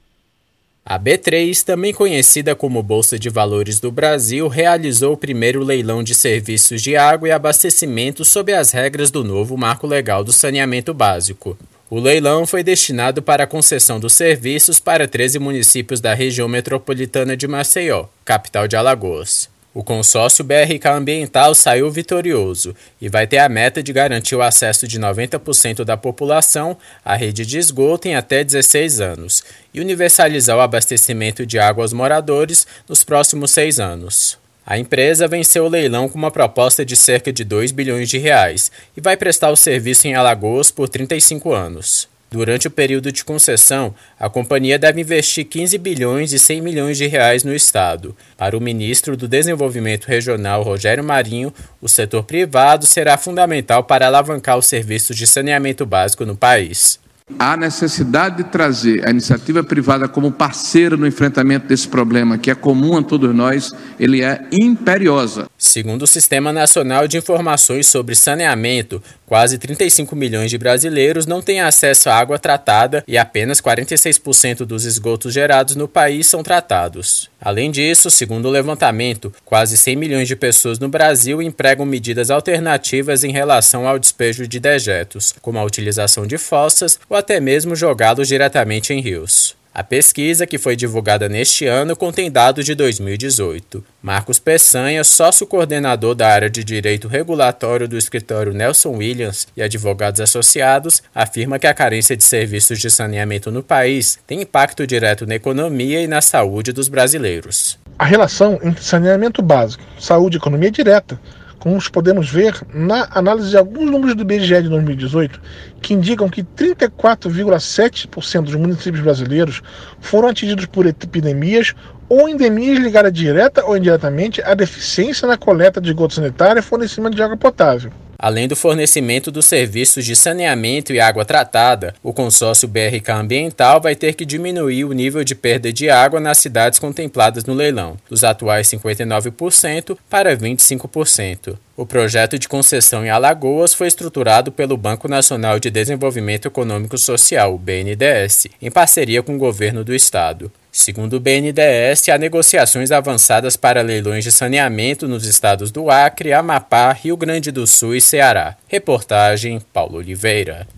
S6: A B três, também conhecida como Bolsa de Valores do Brasil, realizou o primeiro leilão de serviços de água e abastecimento sob as regras do novo Marco Legal do Saneamento Básico. O leilão foi destinado para a concessão dos serviços para treze municípios da região metropolitana de Maceió, capital de Alagoas. O consórcio B R K Ambiental saiu vitorioso e vai ter a meta de garantir o acesso de noventa por cento da população à rede de esgoto em até dezesseis anos e universalizar o abastecimento de água aos moradores nos próximos seis anos. A empresa venceu o leilão com uma proposta de cerca de dois bilhões de reais e vai prestar o serviço em Alagoas por trinta e cinco anos. Durante o período de concessão, a companhia deve investir quinze bilhões e cem milhões de reais no estado. Para o ministro do Desenvolvimento Regional, Rogério Marinho, o setor privado será fundamental para alavancar os serviços de saneamento básico no país.
S8: A necessidade de trazer a iniciativa privada como parceira no enfrentamento desse problema, que é comum a todos nós, ele é imperiosa.
S6: Segundo o Sistema Nacional de Informações sobre Saneamento, quase trinta e cinco milhões de brasileiros não têm acesso à água tratada e apenas quarenta e seis por cento dos esgotos gerados no país são tratados. Além disso, segundo o levantamento, quase cem milhões de pessoas no Brasil empregam medidas alternativas em relação ao despejo de dejetos, como a utilização de fossas ou até mesmo jogá-los diretamente em rios. A pesquisa, que foi divulgada neste ano, contém dados de dois mil e dezoito. Marcos Peçanha, sócio-coordenador da área de Direito Regulatório do escritório Nelson Williams e advogados associados, afirma que a carência de serviços de saneamento no país tem impacto direto na economia e na saúde dos brasileiros.
S24: A relação entre saneamento básico, saúde e economia é direta, como podemos ver na análise de alguns números do I B G E de dois mil e dezoito, que indicam que trinta e quatro vírgula sete por cento dos municípios brasileiros foram atingidos por epidemias ou endemias ligadas direta ou indiretamente à deficiência na coleta de esgoto sanitário e fornecimento de água potável.
S6: Além do fornecimento dos serviços de saneamento e água tratada, o consórcio B R K Ambiental vai ter que diminuir o nível de perda de água nas cidades contempladas no leilão, dos atuais cinquenta e nove por cento para vinte e cinco por cento. O projeto de concessão em Alagoas foi estruturado pelo Banco Nacional de Desenvolvimento Econômico Social, o B N D E S, em parceria com o governo do estado. Segundo o B N D E S, há negociações avançadas para leilões de saneamento nos estados do Acre, Amapá, Rio Grande do Sul e Ceará. Reportagem Paulo Oliveira.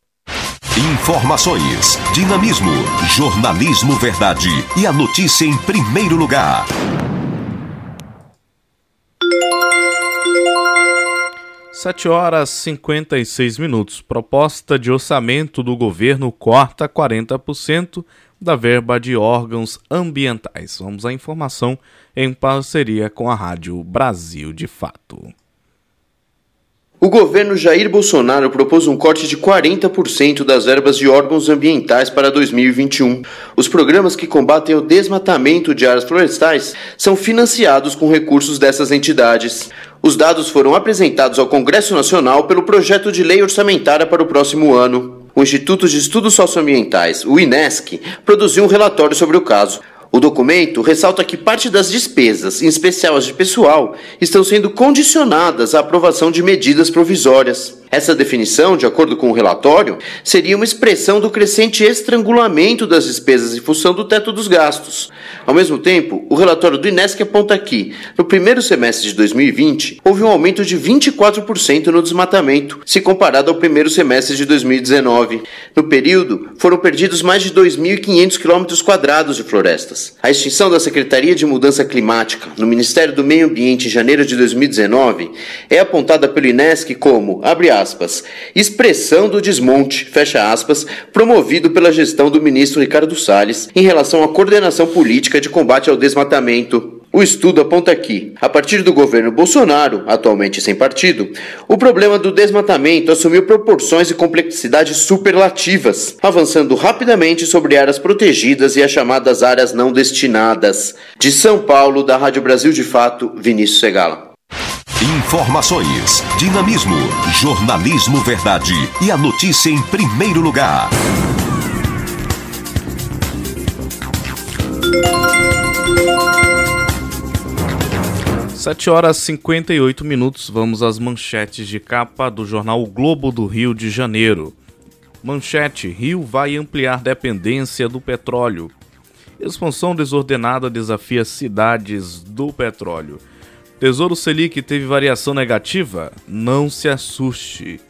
S2: Informações, dinamismo, jornalismo verdade e a notícia em primeiro lugar.
S1: sete horas e cinquenta e seis minutos. Proposta de orçamento do governo corta quarenta por cento da verba de órgãos ambientais. Vamos à informação em parceria com a Rádio Brasil de Fato.
S25: O governo Jair Bolsonaro propôs um corte de quarenta por cento das verbas de órgãos ambientais para dois mil e vinte e um. Os programas que combatem o desmatamento de áreas florestais são financiados com recursos dessas entidades. Os dados foram apresentados ao Congresso Nacional pelo projeto de lei orçamentária para o próximo ano. O Instituto de Estudos Socioambientais, o INESC, produziu um relatório sobre o caso. O documento ressalta que parte das despesas, em especial as de pessoal, estão sendo condicionadas à aprovação de medidas provisórias. Essa definição, de acordo com o relatório, seria uma expressão do crescente estrangulamento das despesas em função do teto dos gastos. Ao mesmo tempo, o relatório do INESC aponta que, no primeiro semestre de dois mil e vinte, houve um aumento de vinte e quatro por cento no desmatamento, se comparado ao primeiro semestre de dois mil e dezenove. No período, foram perdidos mais de dois mil e quinhentos quilômetros quadrados de florestas. A extinção da Secretaria de Mudança Climática no Ministério do Meio Ambiente em janeiro de dois mil e dezenove é apontada pelo INESC como, abre aspas, expressão do desmonte, fecha aspas, promovido pela gestão do ministro Ricardo Salles em relação à coordenação política de combate ao desmatamento. O estudo aponta que, a partir do governo Bolsonaro, atualmente sem partido, o problema do desmatamento assumiu proporções e complexidades superlativas, avançando rapidamente sobre áreas protegidas e as chamadas áreas não destinadas. De São Paulo, da Rádio Brasil de Fato, Vinícius Segala.
S2: Informações, dinamismo, jornalismo verdade e a notícia em primeiro lugar.
S1: sete horas e cinquenta e oito minutos, vamos às manchetes de capa do jornal O Globo do Rio de Janeiro. Manchete: Rio vai ampliar dependência do petróleo. Expansão desordenada desafia cidades do petróleo. Tesouro Selic teve variação negativa? Não se assuste.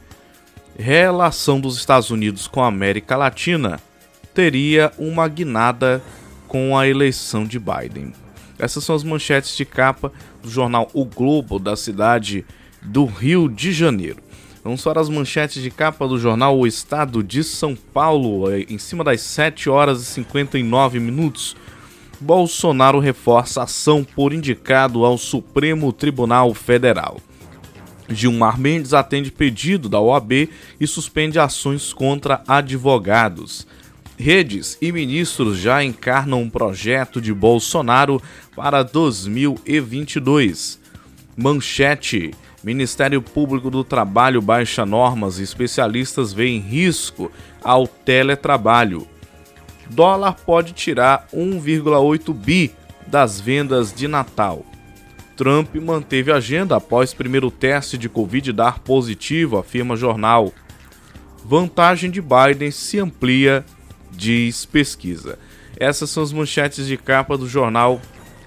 S1: Relação dos Estados Unidos com a América Latina teria uma guinada com a eleição de Biden. Essas são as manchetes de capa do jornal O Globo da cidade do Rio de Janeiro. Vamos para as manchetes de capa do jornal O Estado de São Paulo, em cima das sete horas e cinquenta e nove minutos. Bolsonaro reforça ação por indicado ao Supremo Tribunal Federal. Gilmar Mendes atende pedido da O A B e suspende ações contra advogados. Redes e ministros já encarnam um projeto de Bolsonaro para dois mil e vinte e dois. Manchete: Ministério Público do Trabalho baixa normas e especialistas veem risco ao teletrabalho. Dólar pode tirar um vírgula oito bi das vendas de Natal. Trump manteve agenda após primeiro teste de Covid dar positivo, afirma jornal. Vantagem de Biden se amplia, diz pesquisa. Essas são as manchetes de capa do jornal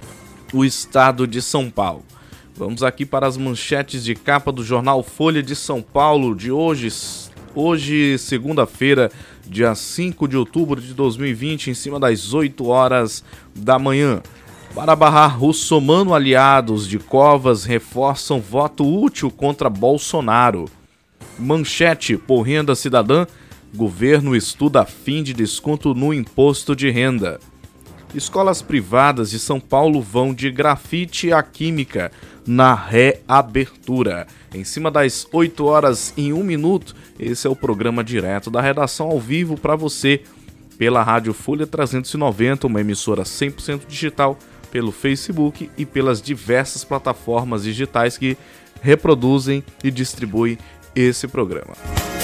S1: O Estado de São Paulo. Vamos aqui para as manchetes de capa do jornal Folha de São Paulo de hoje, hoje segunda-feira, dia cinco de outubro de dois mil e vinte, em cima das oito horas da manhã. Para barrar Russomano, aliados de Covas reforçam voto útil contra Bolsonaro. Manchete: por renda cidadã, governo estuda fim de desconto no imposto de renda. Escolas privadas de São Paulo vão de grafite à química na reabertura. Em cima das oito horas e um minuto, esse é o programa direto da redação ao vivo para você pela Rádio Folha trezentos e noventa, uma emissora cem por cento digital, pelo Facebook e pelas diversas plataformas digitais que reproduzem e distribuem esse programa.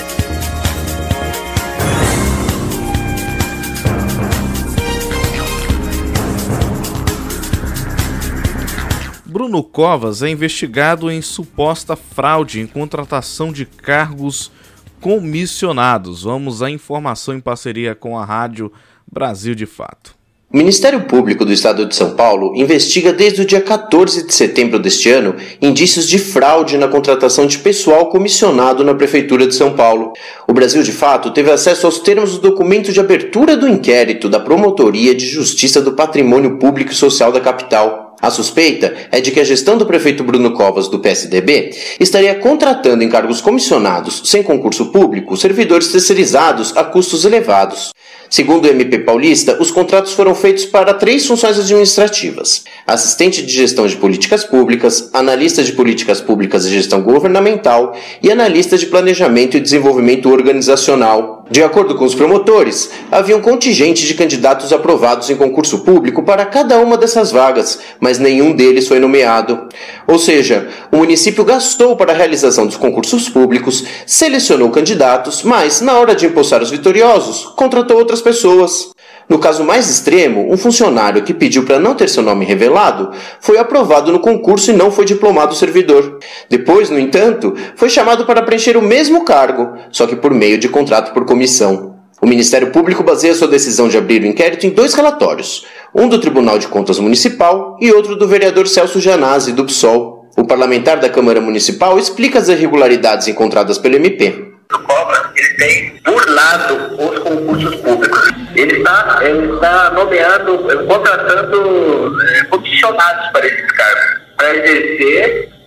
S1: Bruno Covas é investigado em suposta fraude em contratação de cargos comissionados. Vamos à informação em parceria com a Rádio Brasil de Fato.
S25: O Ministério Público do Estado de São Paulo investiga desde o dia quatorze de setembro deste ano indícios de fraude na contratação de pessoal comissionado na Prefeitura de São Paulo. O Brasil de Fato teve acesso aos termos do documento de abertura do inquérito da Promotoria de Justiça do Patrimônio Público e Social da capital. A suspeita é de que a gestão do prefeito Bruno Covas, do P S D B, estaria contratando em cargos comissionados, sem concurso público, servidores terceirizados a custos elevados. Segundo o M P Paulista, os contratos foram feitos para três funções administrativas: assistente de gestão de políticas públicas, analista de políticas públicas e gestão governamental e analista de planejamento e desenvolvimento organizacional. De acordo com os promotores, havia um contingente de candidatos aprovados em concurso público para cada uma dessas vagas, mas nenhum deles foi nomeado. Ou seja, o município gastou para a realização dos concursos públicos, selecionou candidatos, mas, na hora de empossar os vitoriosos, contratou outras pessoas. No caso mais extremo, um funcionário que pediu para não ter seu nome revelado foi aprovado no concurso e não foi diplomado servidor. Depois, no entanto, foi chamado para preencher o mesmo cargo, só que por meio de contrato por comissão. O Ministério Público baseia sua decisão de abrir o inquérito em dois relatórios, um do Tribunal de Contas Municipal e outro do vereador Celso Janazzi, do P SOL. O parlamentar da Câmara Municipal explica as irregularidades encontradas pelo M P.
S7: O Covas, ele tem burlado os concursos públicos. Ele está, ele está nomeando, contratando é, comissionados para esses cargos, para exercer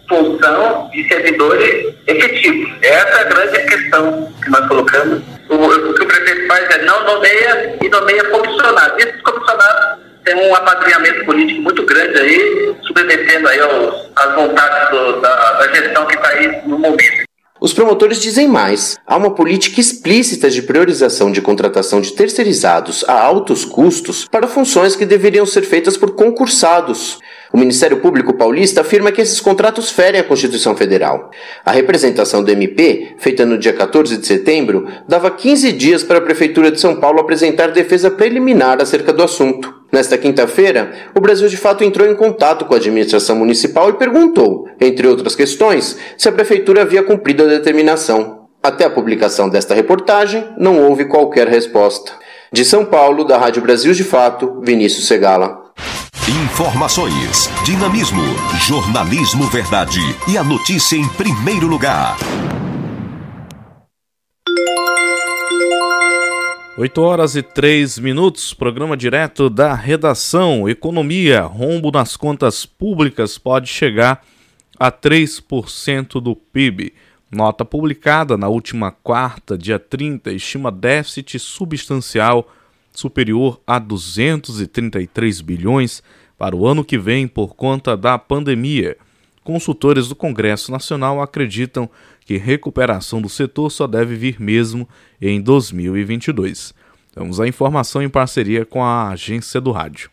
S7: função de servidores efetivos. Essa é a grande questão que nós colocamos. O, o que o prefeito faz é não nomeia e nomeia comissionados. E esses comissionados têm um apadrinhamento político muito grande aí, submetendo aí aos, às vontades do, da, da gestão que está aí no momento.
S25: Os promotores dizem mais. Há uma política explícita de priorização de contratação de terceirizados a altos custos para funções que deveriam ser feitas por concursados. O Ministério Público Paulista afirma que esses contratos ferem a Constituição Federal. A representação do M P, feita no dia quatorze de setembro, dava quinze dias para a Prefeitura de São Paulo apresentar defesa preliminar acerca do assunto. Nesta quinta-feira, o Brasil de Fato entrou em contato com a administração municipal e perguntou, entre outras questões, se a Prefeitura havia cumprido a determinação. Até a publicação desta reportagem, não houve qualquer resposta. De São Paulo, da Rádio Brasil de Fato, Vinícius Segala.
S2: Informações, dinamismo, jornalismo verdade e a notícia em primeiro lugar.
S1: oito horas e três minutos, programa direto da redação. Economia, rombo nas contas públicas pode chegar a três por cento do P I B. Nota publicada na última quarta, dia trinta, estima déficit substancial superior a duzentos e trinta e três bilhões para o ano que vem por conta da pandemia. Consultores do Congresso Nacional acreditam que recuperação do setor só deve vir mesmo em dois mil e vinte e dois. Vamos à informação em parceria com a Agência do Rádio.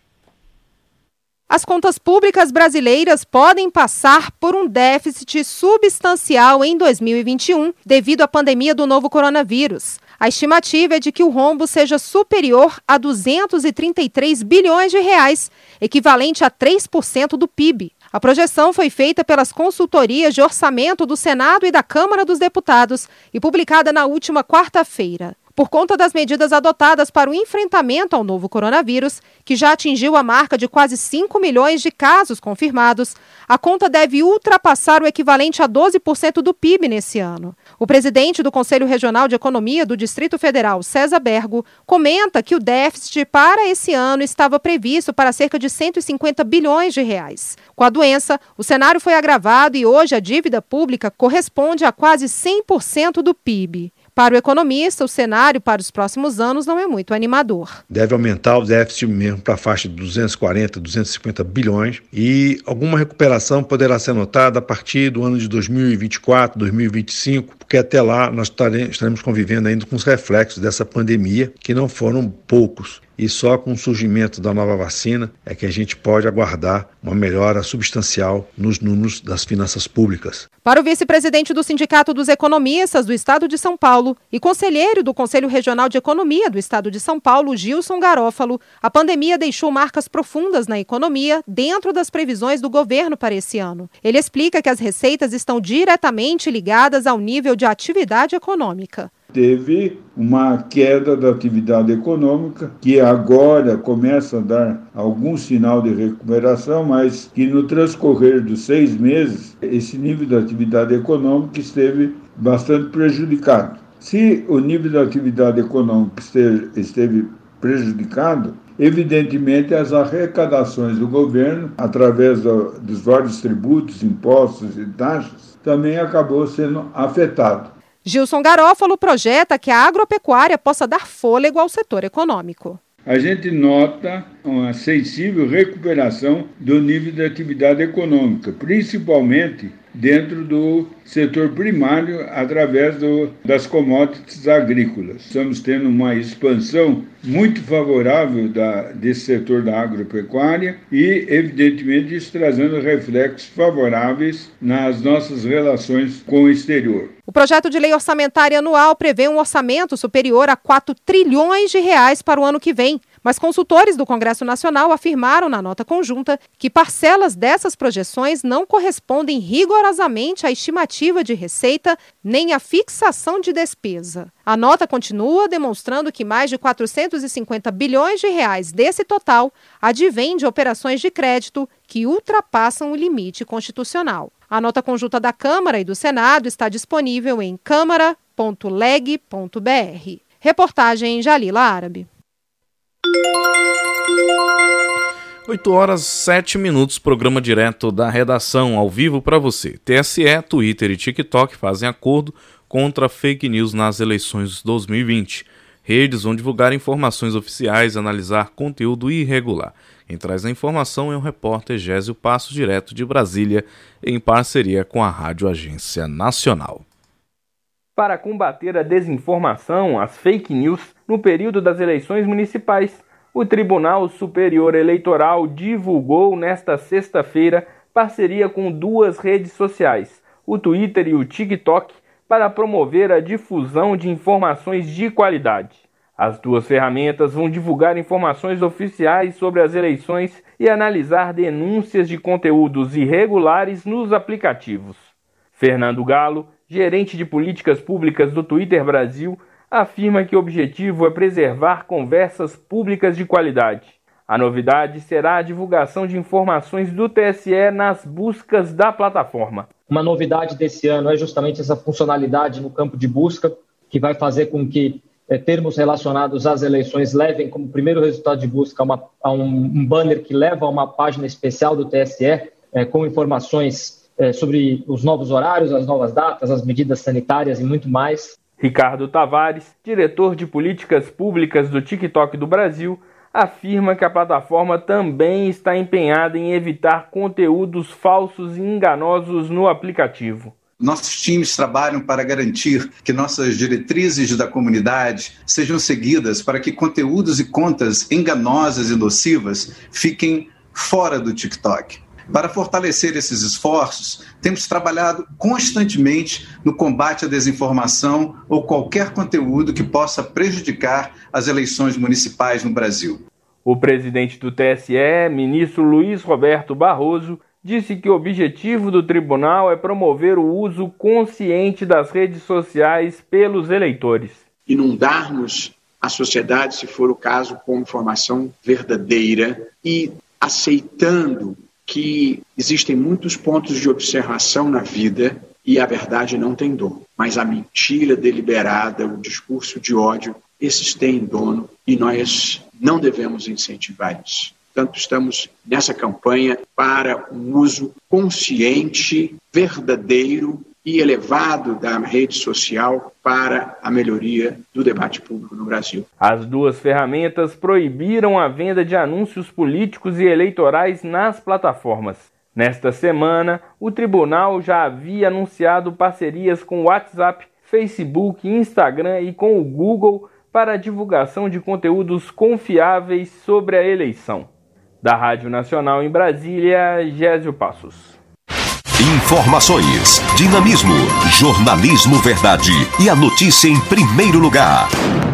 S22: As contas públicas brasileiras podem passar por um déficit substancial em dois mil e vinte e um devido à pandemia do novo coronavírus. A estimativa é de que o rombo seja superior a duzentos e trinta e três bilhões de reais, equivalente a três por cento do P I B. A projeção foi feita pelas consultorias de orçamento do Senado e da Câmara dos Deputados e publicada na última quarta-feira. Por conta das medidas adotadas para o enfrentamento ao novo coronavírus, que já atingiu a marca de quase cinco milhões de casos confirmados, a conta deve ultrapassar o equivalente a doze por cento do P I B nesse ano. O presidente do Conselho Regional de Economia do Distrito Federal, César Bergo, comenta que o déficit para esse ano estava previsto para cerca de cento e cinquenta bilhões de reais. Com a doença, o cenário foi agravado e hoje a dívida pública corresponde a quase cem por cento do P I B. Para o economista, o cenário para os próximos anos não é muito animador.
S9: Deve aumentar o déficit mesmo para a faixa de duzentos e quarenta, duzentos e cinquenta bilhões e alguma recuperação poderá ser notada a partir do ano de dois mil e vinte e quatro, dois mil e vinte e cinco, porque até lá nós estaremos convivendo ainda com os reflexos dessa pandemia, que não foram poucos. E só com o surgimento da nova vacina é que a gente pode aguardar uma melhora substancial nos números das finanças públicas.
S22: Para o vice-presidente do Sindicato dos Economistas do Estado de São Paulo e conselheiro do Conselho Regional de Economia do Estado de São Paulo, Gilson Garófalo, a pandemia deixou marcas profundas na economia dentro das previsões do governo para esse ano. Ele explica que as receitas estão diretamente ligadas ao nível de atividade econômica.
S11: Teve uma queda da atividade econômica, que agora começa a dar algum sinal de recuperação, mas que no transcorrer dos seis meses, esse nível de atividade econômica esteve bastante prejudicado. Se o nível da atividade econômica esteve, esteve prejudicado, evidentemente as arrecadações do governo, através do, dos vários tributos, impostos e taxas, também acabou sendo afetado.
S22: Gilson Garófalo projeta que a agropecuária possa dar fôlego ao setor econômico.
S11: A gente nota uma sensível recuperação do nível de atividade econômica, principalmente dentro do setor primário, através do, das commodities agrícolas. Estamos tendo uma expansão muito favorável da, desse setor da agropecuária e, evidentemente, isso trazendo reflexos favoráveis nas nossas relações com o exterior.
S22: O projeto de lei orçamentária anual prevê um orçamento superior a quatro trilhões de reais para o ano que vem, mas consultores do Congresso Nacional afirmaram na nota conjunta que parcelas dessas projeções não correspondem rigorosamente à estimativa de receita nem à fixação de despesa. A nota continua demonstrando que mais de quatrocentos e cinquenta bilhões de reais desse total advém de operações de crédito que ultrapassam o limite constitucional. A nota conjunta da Câmara e do Senado está disponível em câmara ponto leg ponto br. Reportagem Jalila Árabe.
S1: oito horas, sete minutos, programa direto da redação, ao vivo para você. T S E, Twitter e TikTok fazem acordo contra fake news nas eleições de dois mil e vinte. Redes vão divulgar informações oficiais e analisar conteúdo irregular. Quem traz a informação é o repórter Gésio Passos, direto de Brasília, em parceria com a Rádio Agência Nacional.
S12: Para combater a desinformação, as fake news, no período das eleições municipais, o Tribunal Superior Eleitoral divulgou nesta sexta-feira parceria com duas redes sociais, o Twitter e o TikTok, para promover a difusão de informações de qualidade. As duas ferramentas vão divulgar informações oficiais sobre as eleições e analisar denúncias de conteúdos irregulares nos aplicativos. Fernando Galo, gerente de políticas públicas do Twitter Brasil, afirma que o objetivo é preservar conversas públicas de qualidade. A novidade será a divulgação de informações do T S E nas buscas da plataforma.
S13: Uma novidade desse ano é justamente essa funcionalidade no campo de busca, que vai fazer com que é, termos relacionados às eleições levem como primeiro resultado de busca uma, a um, um banner que leva a uma página especial do T S E é, com informações é, sobre os novos horários, as novas datas, as medidas sanitárias e muito mais.
S12: Ricardo Tavares, diretor de políticas públicas do TikTok do Brasil, afirma que a plataforma também está empenhada em evitar conteúdos falsos e enganosos no aplicativo.
S14: Nossos times trabalham para garantir que nossas diretrizes da comunidade sejam seguidas para que conteúdos e contas enganosas e nocivas fiquem fora do TikTok. Para fortalecer esses esforços, temos trabalhado constantemente no combate à desinformação ou qualquer conteúdo que possa prejudicar as eleições municipais no Brasil.
S12: O presidente do T S E, ministro Luiz Roberto Barroso, disse que o objetivo do tribunal é promover o uso consciente das redes sociais pelos eleitores.
S15: Inundarmos a sociedade, se for o caso, com informação verdadeira e aceitando que existem muitos pontos de observação na vida e a verdade não tem dono. Mas a mentira deliberada, o discurso de ódio, esses têm dono e nós não devemos incentivar isso. Portanto, estamos nessa campanha para um uso consciente, verdadeiro e elevado da rede social para a melhoria do debate público no Brasil.
S12: As duas ferramentas proibiram a venda de anúncios políticos e eleitorais nas plataformas. Nesta semana, o tribunal já havia anunciado parcerias com o WhatsApp, Facebook, Instagram e com o Google para a divulgação de conteúdos confiáveis sobre a eleição. Da Rádio Nacional em Brasília, Gésio Passos.
S2: Informações, dinamismo, jornalismo verdade e a notícia em primeiro lugar.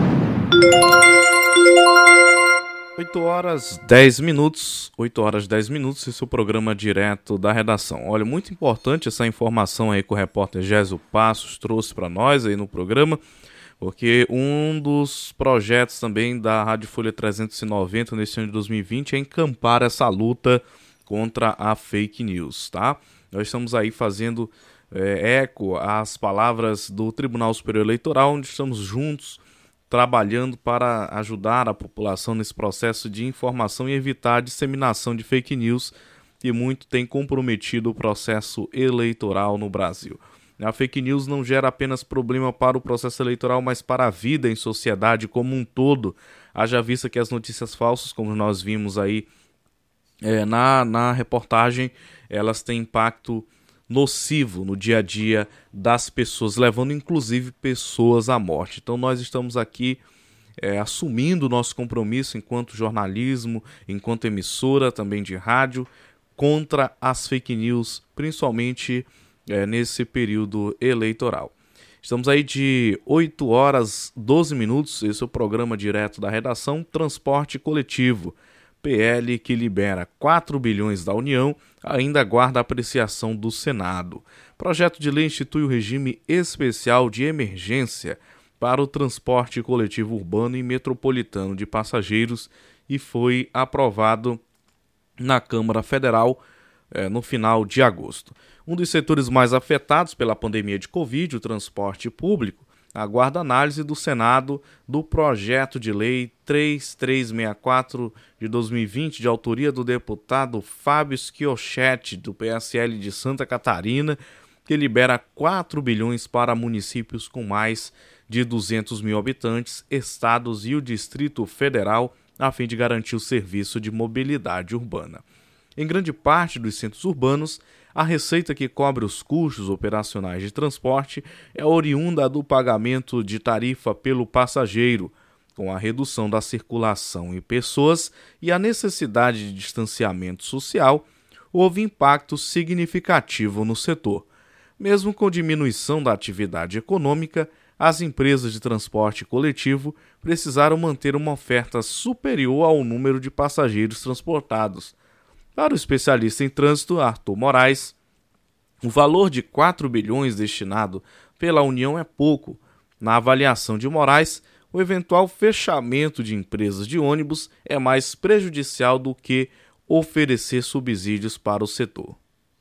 S1: oito horas, dez minutos. oito horas, dez minutos. Esse é o programa direto da redação. Olha, muito importante essa informação aí que o repórter Gésio Passos trouxe para nós aí no programa, porque um dos projetos também da Rádio Folha trezentos e noventa nesse ano de dois mil e vinte é encampar essa luta contra a fake news, tá? Nós estamos aí fazendo é, eco às palavras do Tribunal Superior Eleitoral, onde estamos juntos trabalhando para ajudar a população nesse processo de informação e evitar a disseminação de fake news que muito tem comprometido o processo eleitoral no Brasil. A fake news não gera apenas problema para o processo eleitoral, mas para a vida em sociedade como um todo. Haja vista que as notícias falsas, como nós vimos aí é, na, na reportagem, elas têm impacto nocivo no dia a dia das pessoas, levando inclusive pessoas à morte. Então nós estamos aqui é, assumindo o nosso compromisso enquanto jornalismo, enquanto emissora também de rádio, contra as fake news, principalmente é, nesse período eleitoral. Estamos aí de oito horas, doze minutos, esse é o programa direto da redação. Transporte coletivo. P L que libera quatro bilhões da União ainda aguarda apreciação do Senado. Projeto de lei institui o regime especial de emergência para o transporte coletivo urbano e metropolitano de passageiros e foi aprovado na Câmara Federal eh, no final de agosto. Um dos setores mais afetados pela pandemia de Covid, o transporte público, aguarda análise do Senado do projeto de lei três mil trezentos e sessenta e quatro de dois mil e vinte, de autoria do deputado Fábio Schiochetti, do P S L de Santa Catarina, que libera quatro bilhões para municípios com mais de duzentos mil habitantes, estados e o Distrito Federal, a fim de garantir o serviço de mobilidade urbana. Em grande parte dos centros urbanos, a receita que cobre os custos operacionais de transporte é oriunda do pagamento de tarifa pelo passageiro. Com a redução da circulação em pessoas e a necessidade de distanciamento social, houve impacto significativo no setor. Mesmo com diminuição da atividade econômica, as empresas de transporte coletivo precisaram manter uma oferta superior ao número de passageiros transportados. Para o especialista em trânsito Arthur Moraes, o valor de quatro bilhões destinado pela União é pouco. Na avaliação de Moraes, o eventual fechamento de empresas de ônibus é mais prejudicial do que oferecer subsídios para o setor.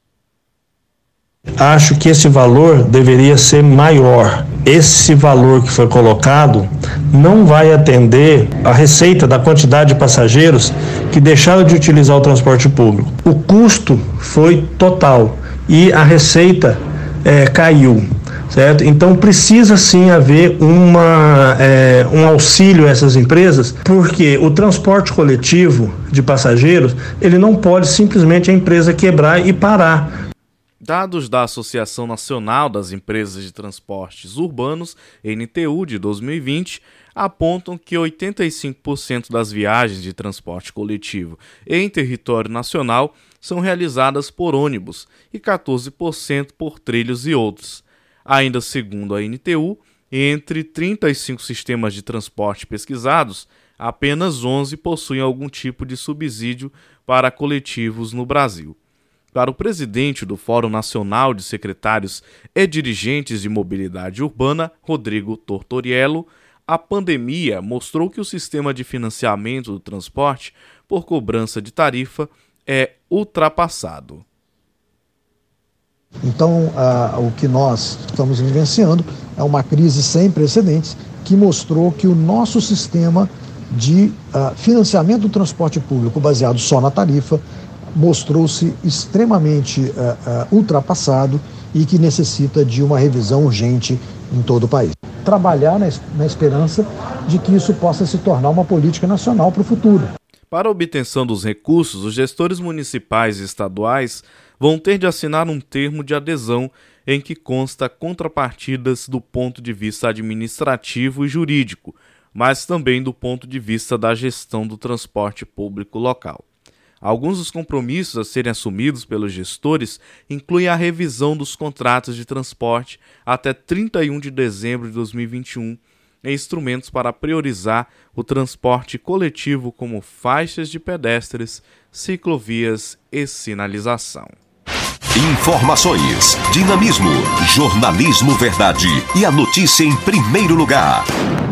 S10: Acho que esse valor deveria ser maior. Esse valor que foi colocado não vai atender a receita da quantidade de passageiros que deixaram de utilizar o transporte público. O custo foi total e a receita é, caiu. Certo? Então precisa sim haver uma, é, um auxílio a essas empresas, porque o transporte coletivo de passageiros, ele não pode simplesmente a empresa quebrar e parar.
S1: Dados da Associação Nacional das Empresas de Transportes Urbanos, N T U, de dois mil e vinte, apontam que oitenta e cinco por cento das viagens de transporte coletivo em território nacional são realizadas por ônibus e quatorze por cento por trilhos e outros. Ainda segundo a N T U, entre trinta e cinco sistemas de transporte pesquisados, apenas onze possuem algum tipo de subsídio para coletivos no Brasil. Para o presidente do Fórum Nacional de Secretários e Dirigentes de Mobilidade Urbana, Rodrigo Tortoriello, a pandemia mostrou que o sistema de financiamento do transporte por cobrança de tarifa é ultrapassado.
S16: Então, ah, o que nós estamos vivenciando é uma crise sem precedentes que mostrou que o nosso sistema de ah, financiamento do transporte público baseado só na tarifa mostrou-se extremamente ah, ah, ultrapassado e que necessita de uma revisão urgente em todo o país. Trabalhar na, na esperança de que isso possa se tornar uma política nacional para o futuro.
S1: Para a obtenção dos recursos, os gestores municipais e estaduais vão ter de assinar um termo de adesão em que consta contrapartidas do ponto de vista administrativo e jurídico, mas também do ponto de vista da gestão do transporte público local. Alguns dos compromissos a serem assumidos pelos gestores incluem a revisão dos contratos de transporte até trinta e um de dezembro de dois mil e vinte e um, e instrumentos para priorizar o transporte coletivo como faixas de pedestres, ciclovias e sinalização.
S2: Informações, dinamismo, jornalismo verdade e a notícia em primeiro lugar.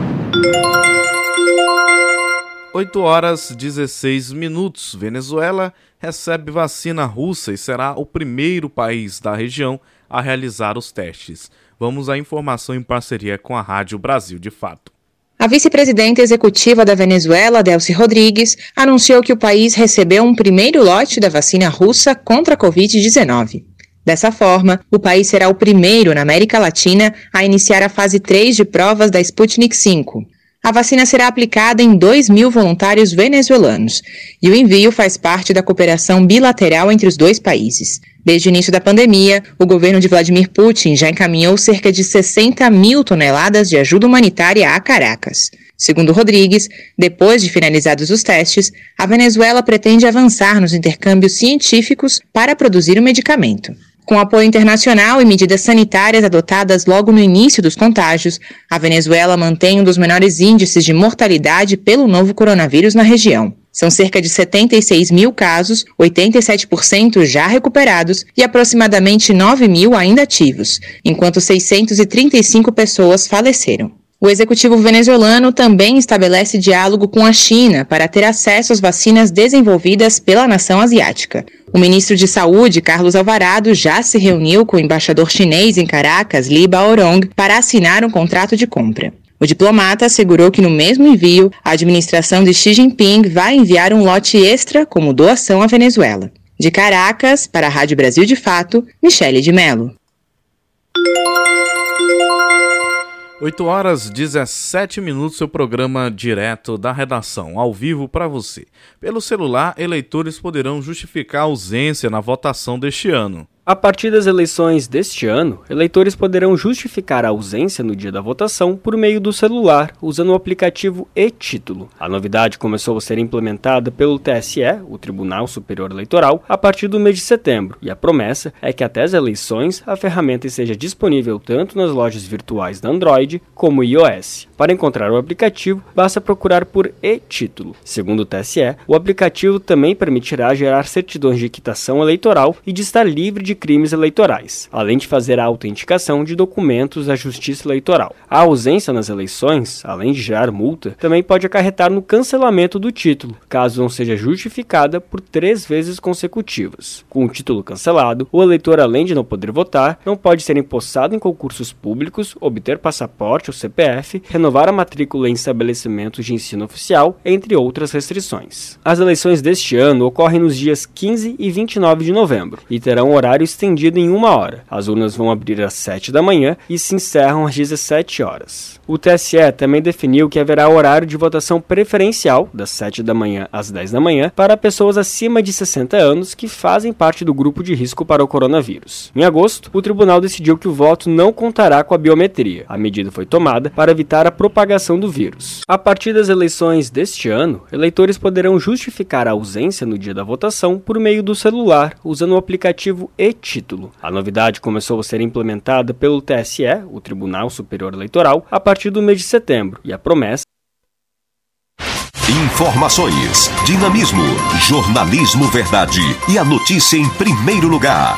S1: oito horas e dezesseis minutos. Venezuela recebe vacina russa e será o primeiro país da região a realizar os testes. Vamos à informação em parceria com a Rádio Brasil de Fato.
S17: A vice-presidenta executiva da Venezuela, Delcy Rodrigues, anunciou que o país recebeu um primeiro lote da vacina russa contra a covid dezenove. Dessa forma, o país será o primeiro na América Latina a iniciar a fase três de provas da Sputnik cinco. A vacina será aplicada em dois mil voluntários venezuelanos e o envio faz parte da cooperação bilateral entre os dois países. Desde o início da pandemia, o governo de Vladimir Putin já encaminhou cerca de sessenta mil toneladas de ajuda humanitária a Caracas. Segundo Rodrigues, depois de finalizados os testes, a Venezuela pretende avançar nos intercâmbios científicos para produzir o medicamento. Com apoio internacional e medidas sanitárias adotadas logo no início dos contágios, a Venezuela mantém um dos menores índices de mortalidade pelo novo coronavírus na região. São cerca de setenta e seis mil casos, oitenta e sete por cento já recuperados e aproximadamente nove mil ainda ativos, enquanto seiscentas e trinta e cinco pessoas faleceram. O executivo venezuelano também estabelece diálogo com a China para ter acesso às vacinas desenvolvidas pela nação asiática. O ministro de Saúde, Carlos Alvarado, já se reuniu com o embaixador chinês em Caracas, Li Baorong, para assinar um contrato de compra. O diplomata assegurou que no mesmo envio, a administração de Xi Jinping vai enviar um lote extra como doação à Venezuela. De Caracas, para a Rádio Brasil de Fato, Michele de Mello.
S1: oito horas e dezessete minutos, seu programa direto da redação, ao vivo para você. Pelo celular, eleitores poderão justificar a ausência na votação deste ano.
S18: A partir das eleições deste ano, eleitores poderão justificar a ausência no dia da votação por meio do celular, usando o aplicativo e-Título. A novidade começou a ser implementada pelo T S E, o Tribunal Superior Eleitoral, a partir do mês de setembro, e a promessa é que até as eleições a ferramenta esteja disponível tanto nas lojas virtuais da Android como iOS. Para encontrar o aplicativo, basta procurar por e-Título. Segundo o T S E, o aplicativo também permitirá gerar certidões de quitação eleitoral e de estar livre de crimes eleitorais, além de fazer a autenticação de documentos da Justiça Eleitoral. A ausência nas eleições, além de gerar multa, também pode acarretar no cancelamento do título, caso não seja justificada por três vezes consecutivas. Com o título cancelado, o eleitor, além de não poder votar, não pode ser empossado em concursos públicos, obter passaporte ou C P F, renovar a matrícula em estabelecimentos de ensino oficial, entre outras restrições. As eleições deste ano ocorrem nos dias quinze e vinte e nove de novembro e terão horário estendido em uma hora. As urnas vão abrir às sete da manhã e se encerram às dezessete horas. O T S E também definiu que haverá horário de votação preferencial, das sete da manhã às dez da manhã, para pessoas acima de sessenta anos que fazem parte do grupo de risco para o coronavírus. Em agosto, o tribunal decidiu que o voto não contará com a biometria. A medida foi tomada para evitar a propagação do vírus. A partir das eleições deste ano, eleitores poderão justificar a ausência no dia da votação por meio do celular, usando o aplicativo e-Título. A novidade começou a ser implementada pelo T S E, o Tribunal Superior Eleitoral, a partir do mês de setembro, e a promessa...
S2: Informações, dinamismo, jornalismo verdade e a notícia em primeiro lugar.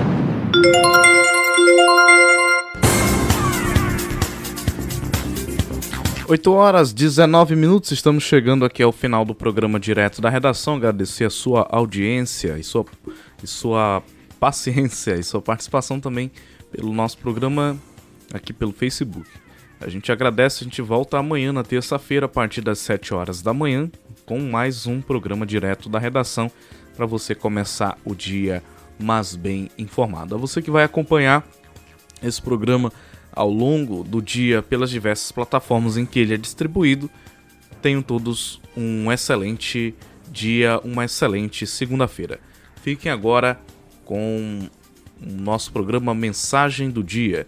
S1: oito horas e dezenove minutos, estamos chegando aqui ao final do programa direto da redação. Agradecer a sua audiência e sua, e sua paciência e sua participação também pelo nosso programa aqui pelo Facebook. A gente agradece, a gente volta amanhã na terça-feira a partir das sete horas da manhã com mais um programa direto da redação para você começar o dia mais bem informado. A você que vai acompanhar esse programa ao longo do dia pelas diversas plataformas em que ele é distribuído, tenham todos um excelente dia, uma excelente segunda-feira. Fiquem agora com o nosso programa Mensagem do Dia.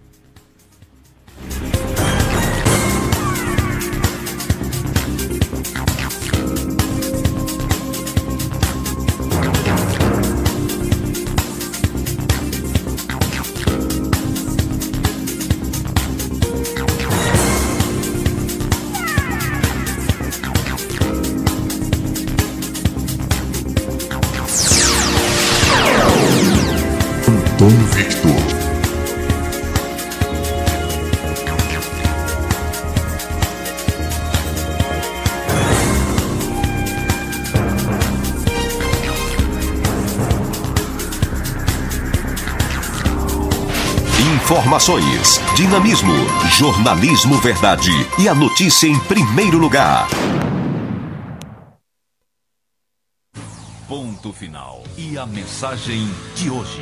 S2: Dom Victor. Informações, dinamismo, jornalismo verdade e a notícia em primeiro lugar. Ponto final. E a mensagem de hoje.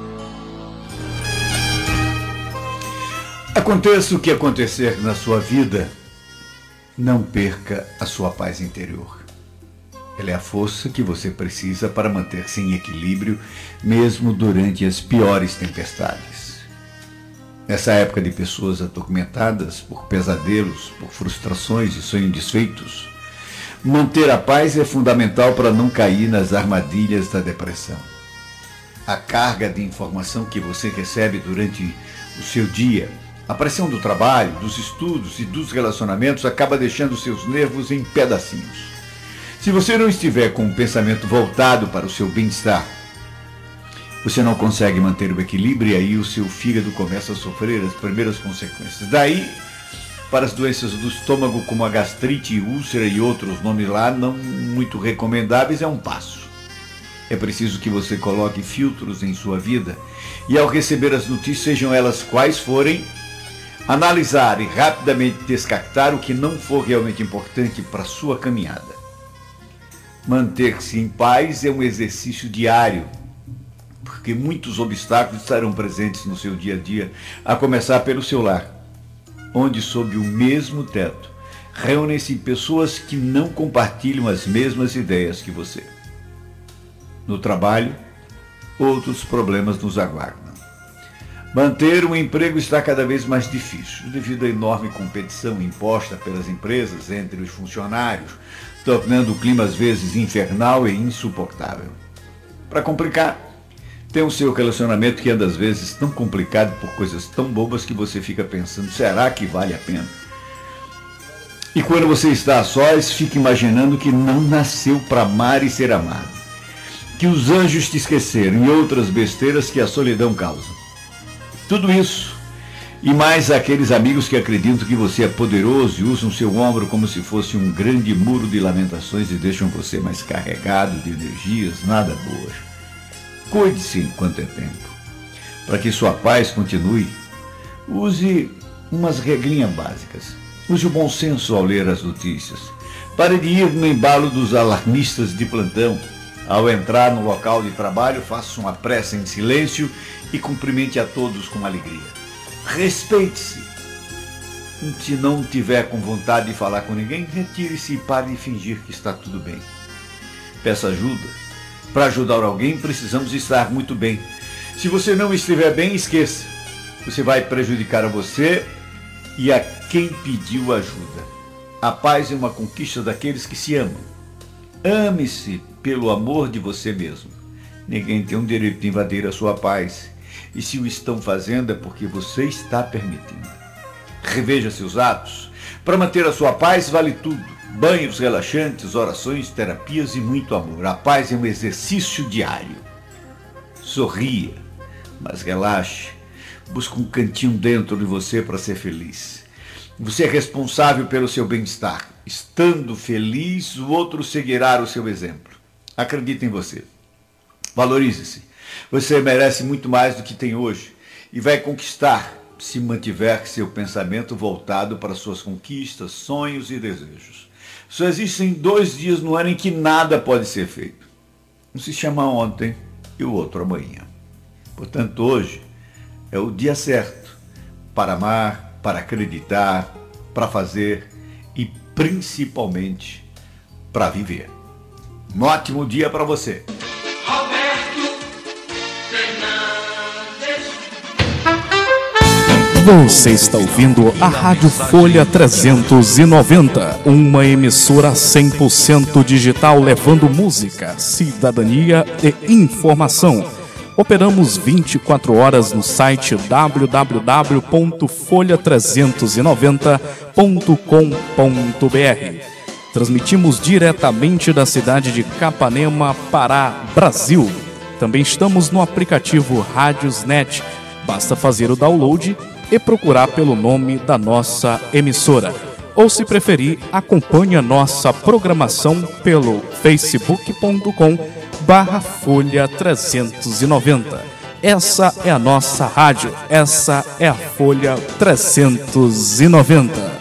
S19: Aconteça o que acontecer na sua vida, não perca a sua paz interior. Ela é a força que você precisa para manter-se em equilíbrio, mesmo durante as piores tempestades. Nessa época de pessoas atormentadas por pesadelos, por frustrações e sonhos desfeitos, manter a paz é fundamental para não cair nas armadilhas da depressão. A carga de informação que você recebe durante o seu dia, a pressão do trabalho, dos estudos e dos relacionamentos acaba deixando seus nervos em pedacinhos. Se você não estiver com o pensamento voltado para o seu bem-estar, você não consegue manter o equilíbrio e aí o seu fígado começa a sofrer as primeiras consequências. Daí para as doenças do estômago, como a gastrite, úlcera e outros nomes lá não muito recomendáveis, é um passo. É preciso que você coloque filtros em sua vida e, ao receber as notícias, sejam elas quais forem, analisar e rapidamente descartar o que não for realmente importante para a sua caminhada. Manter-se em paz é um exercício diário, porque muitos obstáculos estarão presentes no seu dia a dia, a começar pelo seu lar, onde, sob o mesmo teto, reúnem-se pessoas que não compartilham as mesmas ideias que você. No trabalho, outros problemas nos aguardam. Manter um emprego está cada vez mais difícil, devido à enorme competição imposta pelas empresas entre os funcionários, tornando o clima às vezes infernal e insuportável. Para complicar, tem o seu relacionamento que anda às vezes tão complicado por coisas tão bobas que você fica pensando, será que vale a pena? E quando você está a sós, fica imaginando que não nasceu para amar e ser amado, que os anjos te esqueceram e outras besteiras que a solidão causa. Tudo isso e mais aqueles amigos que acreditam que você é poderoso e usam seu ombro como se fosse um grande muro de lamentações e deixam você mais carregado de energias nada boas. Cuide-se enquanto é tempo. Para que sua paz continue, use umas regrinhas básicas. Use o bom senso ao ler as notícias. Pare de ir no embalo dos alarmistas de plantão. Ao entrar no local de trabalho, faça uma prece em silêncio e cumprimente a todos com alegria. Respeite-se. Se não tiver com vontade de falar com ninguém, retire-se e pare de fingir que está tudo bem. Peça ajuda. Para ajudar alguém, precisamos estar muito bem. Se você não estiver bem, esqueça. Você vai prejudicar a você e a quem pediu ajuda. A paz é uma conquista daqueles que se amam. Ame-se pelo amor de você mesmo. Ninguém tem o direito de invadir a sua paz. E se o estão fazendo é porque você está permitindo. Reveja seus atos. Para manter a sua paz vale tudo. Banhos relaxantes, orações, terapias e muito amor. A paz é um exercício diário. Sorria, mas relaxe. Busque um cantinho dentro de você para ser feliz. Você é responsável pelo seu bem-estar. Estando feliz, o outro seguirá o seu exemplo. Acredite em você. Valorize-se. Você merece muito mais do que tem hoje e vai conquistar se mantiver seu pensamento voltado para suas conquistas, sonhos e desejos. Só existem dois dias no ano em que nada pode ser feito. Um se chama ontem e o outro amanhã. Portanto, hoje é o dia certo para amar, para acreditar, para fazer e principalmente para viver. Um ótimo dia para você.
S1: Você está ouvindo a Rádio Folha trezentos e noventa, uma emissora cem por cento digital levando música, cidadania e informação. Operamos vinte e quatro horas no site w w w ponto folha trezentos e noventa ponto com ponto b r. Transmitimos diretamente da cidade de Capanema, Pará, Brasil. Também estamos no aplicativo Rádiosnet. Basta fazer o download e procurar pelo nome da nossa emissora. Ou, se preferir, acompanhe a nossa programação pelo facebook ponto com barra folha trezentos e noventa. Essa é a nossa rádio, essa é a Folha trezentos e noventa.